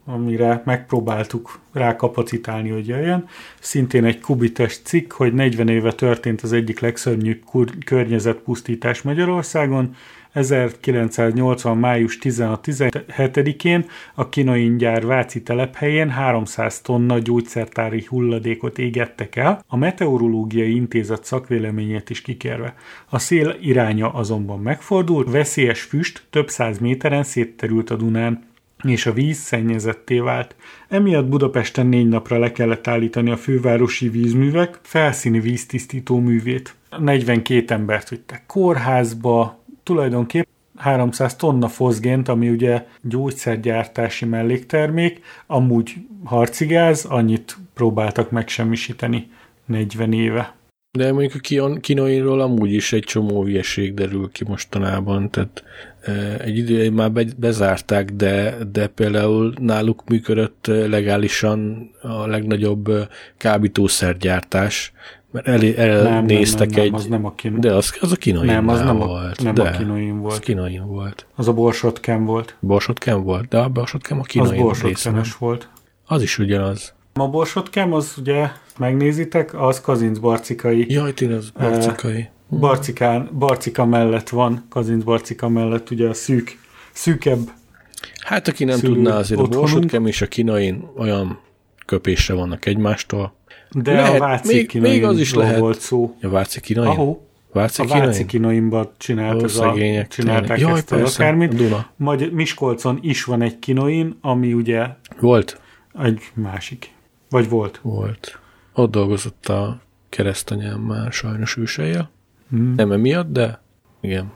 amire megpróbáltuk rákapacitálni, hogy jöjjön. Szintén egy kubites cikk, hogy negyven éve történt az egyik legszörnyűbb kur- környezetpusztítás Magyarországon. ezerkilencszáznyolcvan. május tizenhat-tizenhetedikén a Kinoin gyár Váci telephelyén háromszáz tonna gyógyszertári hulladékot égettek el, a Meteorológiai Intézet szakvéleményét is kikérve. A szél iránya azonban megfordult, veszélyes füst több száz méteren szétterült a Dunán, és a víz szennyezetté vált. Emiatt Budapesten négy napra le kellett állítani a fővárosi vízművek felszíni víztisztító művét. negyvenkét embert vittek kórházba, tulajdonképpen háromszáz tonna foszgént, ami ugye gyógyszergyártási melléktermék, amúgy harcigáz, annyit próbáltak megsemmisíteni negyven éve. De mondjuk a Kinoinról amúgy is egy csomó hülyeség derül ki mostanában, tehát egy ideje már be, bezárták, de, de például náluk működött legálisan a legnagyobb kábítószergyártás, mert elé, elnéztek nem, nem, egy... Nem, az nem a Kinoin. De az, az a Kinoin Nem, az nem volt. A, nem de, a Kinoin volt. Az Kinoin volt. Az a Borsodkem volt. Borsodkem volt? De a Borsodkem a Kinoin az Borsodkemes volt. Az is ugyanaz. A Borsodkem, az ugye, megnézitek, az Kazincbarcikai. Jaj, tényleg az Barcikai. Uh, Barcikán, Barcika mellett van, Kazincbarcika mellett ugye a szűk, szűkebb. Hát aki nem tudná, azért otthonunk. A Borsodkem és a Kinoin olyan köpésre vannak egymástól. De lehet, a Váci Kinoinból volt szó. A Váci Kinoin? Ahó. Váci a Váci Kinoinban csinált ez a, csinálták Jaj, ezt az akármit. Majd Miskolcon is van egy Kinoin, ami ugye... Volt? Egy másik. Vagy volt? Volt. Ott dolgozott a keresztanyám már sajnos ősejjel. Hmm. Nem emiatt, de igen.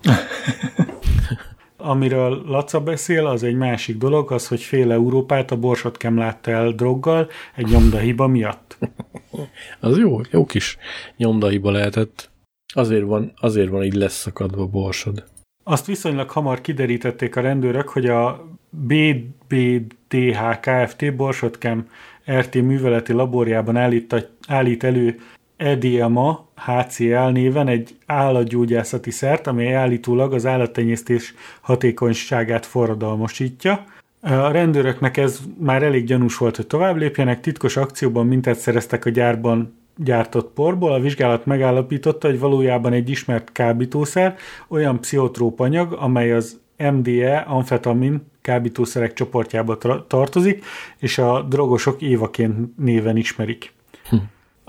Amiről Laca beszél, az egy másik dolog, az, hogy fél Európát a Borsodkem látta el droggal egy nyomdahiba miatt. Az jó, jó kis nyomdahiba lehetett. Azért van, azért van így leszakadva a Borsod. Azt viszonylag hamar kiderítették a rendőrök, hogy a bé bé té há Kft. Borsodkem er té műveleti laborjában állít, állít elő é dé em á há cé el néven egy állatgyógyászati szert, amely állítólag az állattenyésztés hatékonyságát forradalmasítja. A rendőröknek ez már elég gyanús volt, hogy tovább lépjenek, titkos akcióban mintát szereztek a gyárban gyártott porból. A vizsgálat megállapította, hogy valójában egy ismert kábítószer, olyan pszichotróp anyag, amely az em dé á amfetamin kábítószerek csoportjába tra- tartozik, és a drogosok évaként néven ismerik. Hm.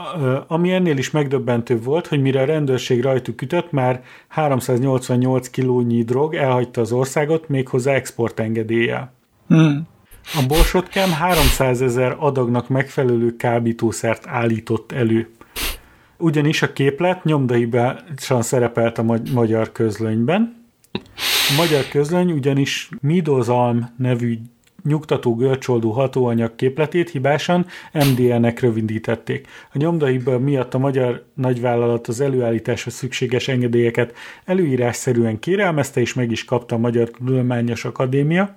Ami ennél is megdöbbentőbb volt, hogy mire a rendőrség rajtuk ütött, már háromszáznyolcvannyolc kilónyi drog elhagyta az országot, méghozzá exportengedéllyel. Hm. A Borsodkem háromszázezer adagnak megfelelő kábítószert állított elő. Ugyanis a képlet nyomdahibásan szerepelt a magy- magyar közlönyben. A magyar közlöny ugyanis Midozalm nevű nyugtató görcsoldó hatóanyag képletét hibásan em dé á-nek rövidítették. A nyomdahiba miatt a magyar nagyvállalat az előállításhoz szükséges engedélyeket előírásszerűen kérelmezte, és meg is kapta a Magyar Tudományos Akadémia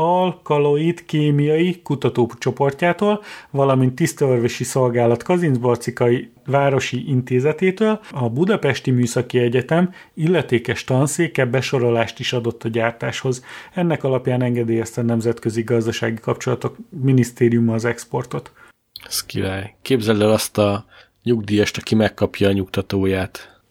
alkaloid kémiai kutatócsoportjától, valamint Tisztaörvösi Szolgálat Kazincbarcikai Városi Intézetétől. A Budapesti Műszaki Egyetem illetékes tanszéke besorolást is adott a gyártáshoz. Ennek alapján engedélyezte a Nemzetközi Gazdasági Kapcsolatok Minisztériuma az exportot. Ez király. Képzeld el azt a nyugdíjast, aki megkapja a nyugtatóját.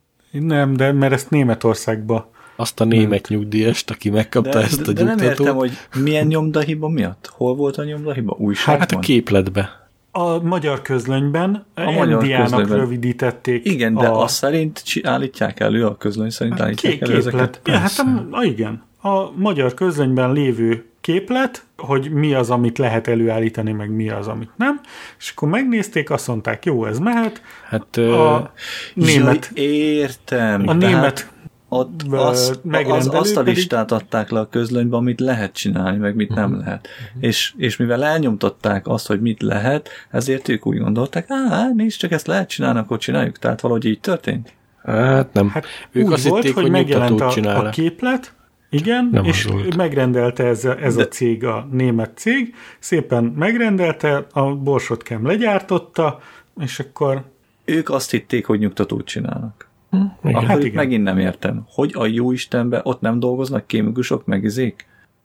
Nem, de mert ezt Németországba azt a német nyugdíjast, aki megkapta de, ezt a de, de nyugtatót. nem értem, hogy milyen nyomdahiba miatt? Hol volt a nyomdahiba? Újságban? Hát a képletbe. A magyar közlönyben em dé á-nak rövidítették. Igen, de a... azt szerint állítják elő, a közlöny szerint hát állítják ké- elő ezeket? Ja, hát a, a, igen. A magyar közlönyben lévő képlet, hogy mi az, amit lehet előállítani, meg mi az, amit nem. És akkor megnézték, azt mondták, jó, ez mehet. Hát a uh, német... Jaj, értem. A német... Ott azt, az, azt a listát pedig... adták le a közlönybe, amit lehet csinálni, meg mit nem lehet. Uh-huh. És, és mivel elnyomtatták azt, hogy mit lehet, ezért ők úgy gondolták, á, nézd, csak ezt lehet csinálni, akkor csináljuk. Tehát valahogy így történt? Hát nem. Hát ők úgy azt volt, hitték, hogy, hogy megjelent a, a képlet, igen, nem és megrendelte ez, a, ez De... a cég, a német cég, szépen megrendelte, a Borsodkem legyártotta, és akkor... Ők azt hitték, hogy nyugtatót csinálnak. Hm, Ahogy hát megint nem értem. Hogy a jó Istenben ott nem dolgoznak kémikusok, meg izék?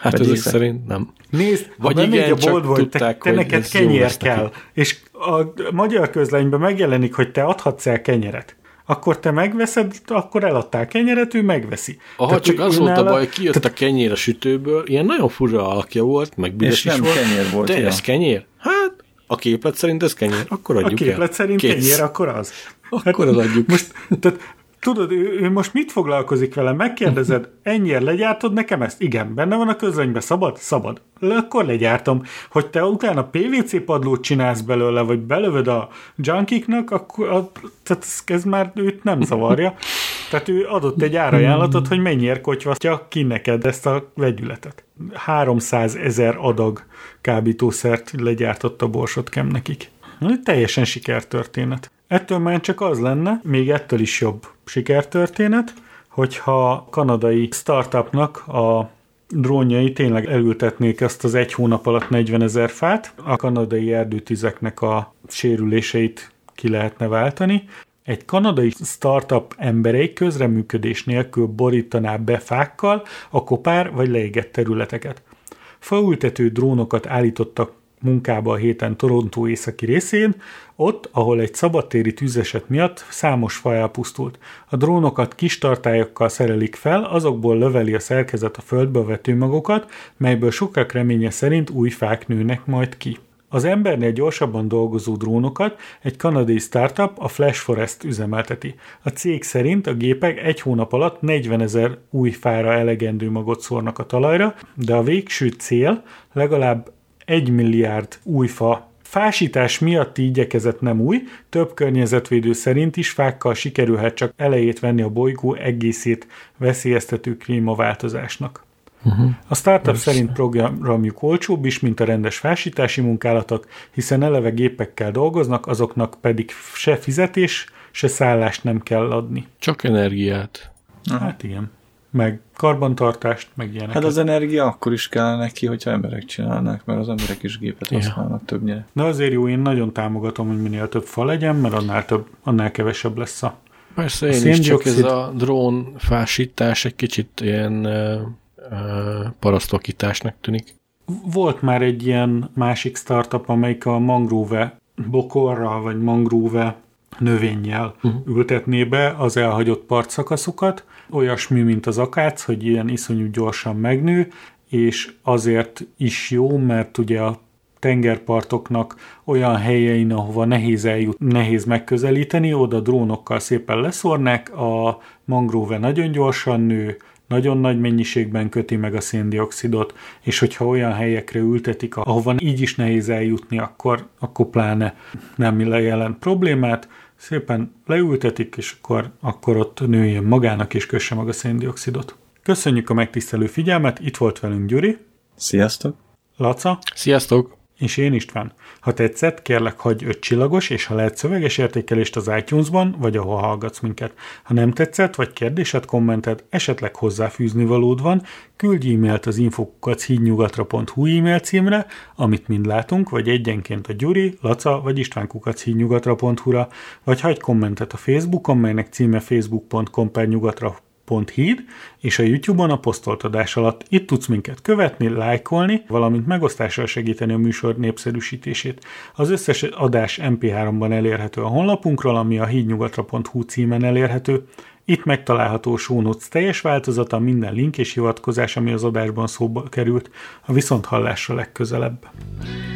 Hát ezek szerint nem. Nézd, vagy ha igen, a boltból, tudták, te, te neked kenyér kell, neki. és a magyar közlönyben megjelenik, hogy te adhatsz el kenyeret. Akkor te megveszed, akkor eladtál kenyeret, ő megveszi. Aha, tehát csak az volt a baj, kijött tehát... a kenyér a sütőből, ilyen nagyon fura alakja volt, meg büdös is volt. kenyér volt. De ja. ez kenyér? Hát, a képlet szerint ez kenyér, akkor adjuk el. A képlet el. szerint Kész. kenyér, akkor az. Akkor az adjuk. Most, tehát, tudod, ő, ő most mit foglalkozik vele? Megkérdezed, ennyire legyártod nekem ezt? Igen, benne van a közönyben, szabad? Szabad. Le, akkor legyártom. Hogy te utána pé vé cé padlót csinálsz belőle, vagy belövöd a junkiknak, akkor a, tehát ez már őt nem zavarja. Tehát ő adott egy árajánlatot, hogy mennyire kotyvasztja ki neked ezt a vegyületet. háromszázezer adag kábítószert legyártott a Borsod-Chem nekik. Teljesen sikertörténet. Ettől már csak az lenne, még ettől is jobb sikertörténet, hogyha kanadai startupnak a drónjai tényleg elültetnék ezt az egy hónap alatt negyvenezer fát, a kanadai erdőtüzeknek a sérüléseit ki lehetne váltani. Egy kanadai startup emberei közreműködés nélkül borítaná be fákkal a kopár vagy leégett területeket. Faültető drónokat állítottak munkába a héten Toronto északi részén, ott, ahol egy szabadtéri tűzeset miatt számos faj elpusztult. A drónokat kis tartályokkal szerelik fel, azokból löveli a szerkezet a földbe a vetőmagokat, melyből sokak reménye szerint új fák nőnek majd ki. Az embernél gyorsabban dolgozó drónokat egy kanadai startup, a Flash Forest üzemelteti. A cég szerint a gépek egy hónap alatt negyvenezer új fára elegendő magot szórnak a talajra, de a végső cél legalább egy milliárd új fa. Fásítás miatti igyekezet nem új, több környezetvédő szerint is fákkal sikerülhet csak elejét venni a bolygó egészét veszélyeztető klímaváltozásnak. Uh-huh. A startup Persze. szerint programjuk olcsóbb is, mint a rendes fásítási munkálatok, hiszen eleve gépekkel dolgoznak, azoknak pedig se fizetés, se szállást nem kell adni. Csak energiát. Hát igen. Meg karbantartást, meg ilyeneket. Hát az energia akkor is kell neki, hogyha emberek csinálnák, mert az emberek is gépet használnak ja. többnyire. De azért jó, én nagyon támogatom, hogy minél több fa legyen, mert annál, több, annál kevesebb lesz a Persze, én is, csak ez a drónfásítás egy kicsit ilyen uh, uh, parasztvakításnak tűnik. Volt már egy ilyen másik startup, amelyik a mangrove bokorral, vagy mangrove növényjel uh-huh. ültetné be az elhagyott partszakaszokat, olyasmi, mint az akác, hogy ilyen iszonyú gyorsan megnő, és azért is jó, mert ugye a tengerpartoknak olyan helyein, ahova nehéz eljut, nehéz megközelíteni, oda drónokkal szépen leszórnák, a mangrove nagyon gyorsan nő, nagyon nagy mennyiségben köti meg a széndioxidot, és hogyha olyan helyekre ültetik, ahova így is nehéz eljutni, akkor, akkor pláne nem jelent problémát, szépen leültetik, és akkor, akkor ott nőjön magának, és kösse meg a széndioxidot. Köszönjük a megtisztelő figyelmet, itt volt velünk Gyuri. Sziasztok! Laca. Sziasztok! És én István. Ha tetszett, kérlek hagyj öt csillagos, és ha lehet szöveges értékelést az iTunes-ban, vagy ahol hallgatsz minket. Ha nem tetszett, vagy kérdésed, kommented, esetleg hozzáfűzni valód van, küldj e-mailt az info kukac hídnyugatra pont hu e-mail címre, amit mind látunk, vagy egyenként a Gyuri, Laca, vagy István kukac hídnyugatra pont hu-ra, vagy hagyj kommentet a Facebookon, melynek címe facebook pont com per nyugatra pont híd, és a YouTube-on a posztolt adás alatt. Itt tudsz minket követni, lájkolni, valamint megosztással segíteni a műsor népszerűsítését. Az összes adás em pé háromban elérhető a honlapunkról, ami a hídnyugatra pont hu címen elérhető. Itt megtalálható a show notes teljes változata, minden link és hivatkozás, ami az adásban szóba került. A viszonthallásra legközelebb.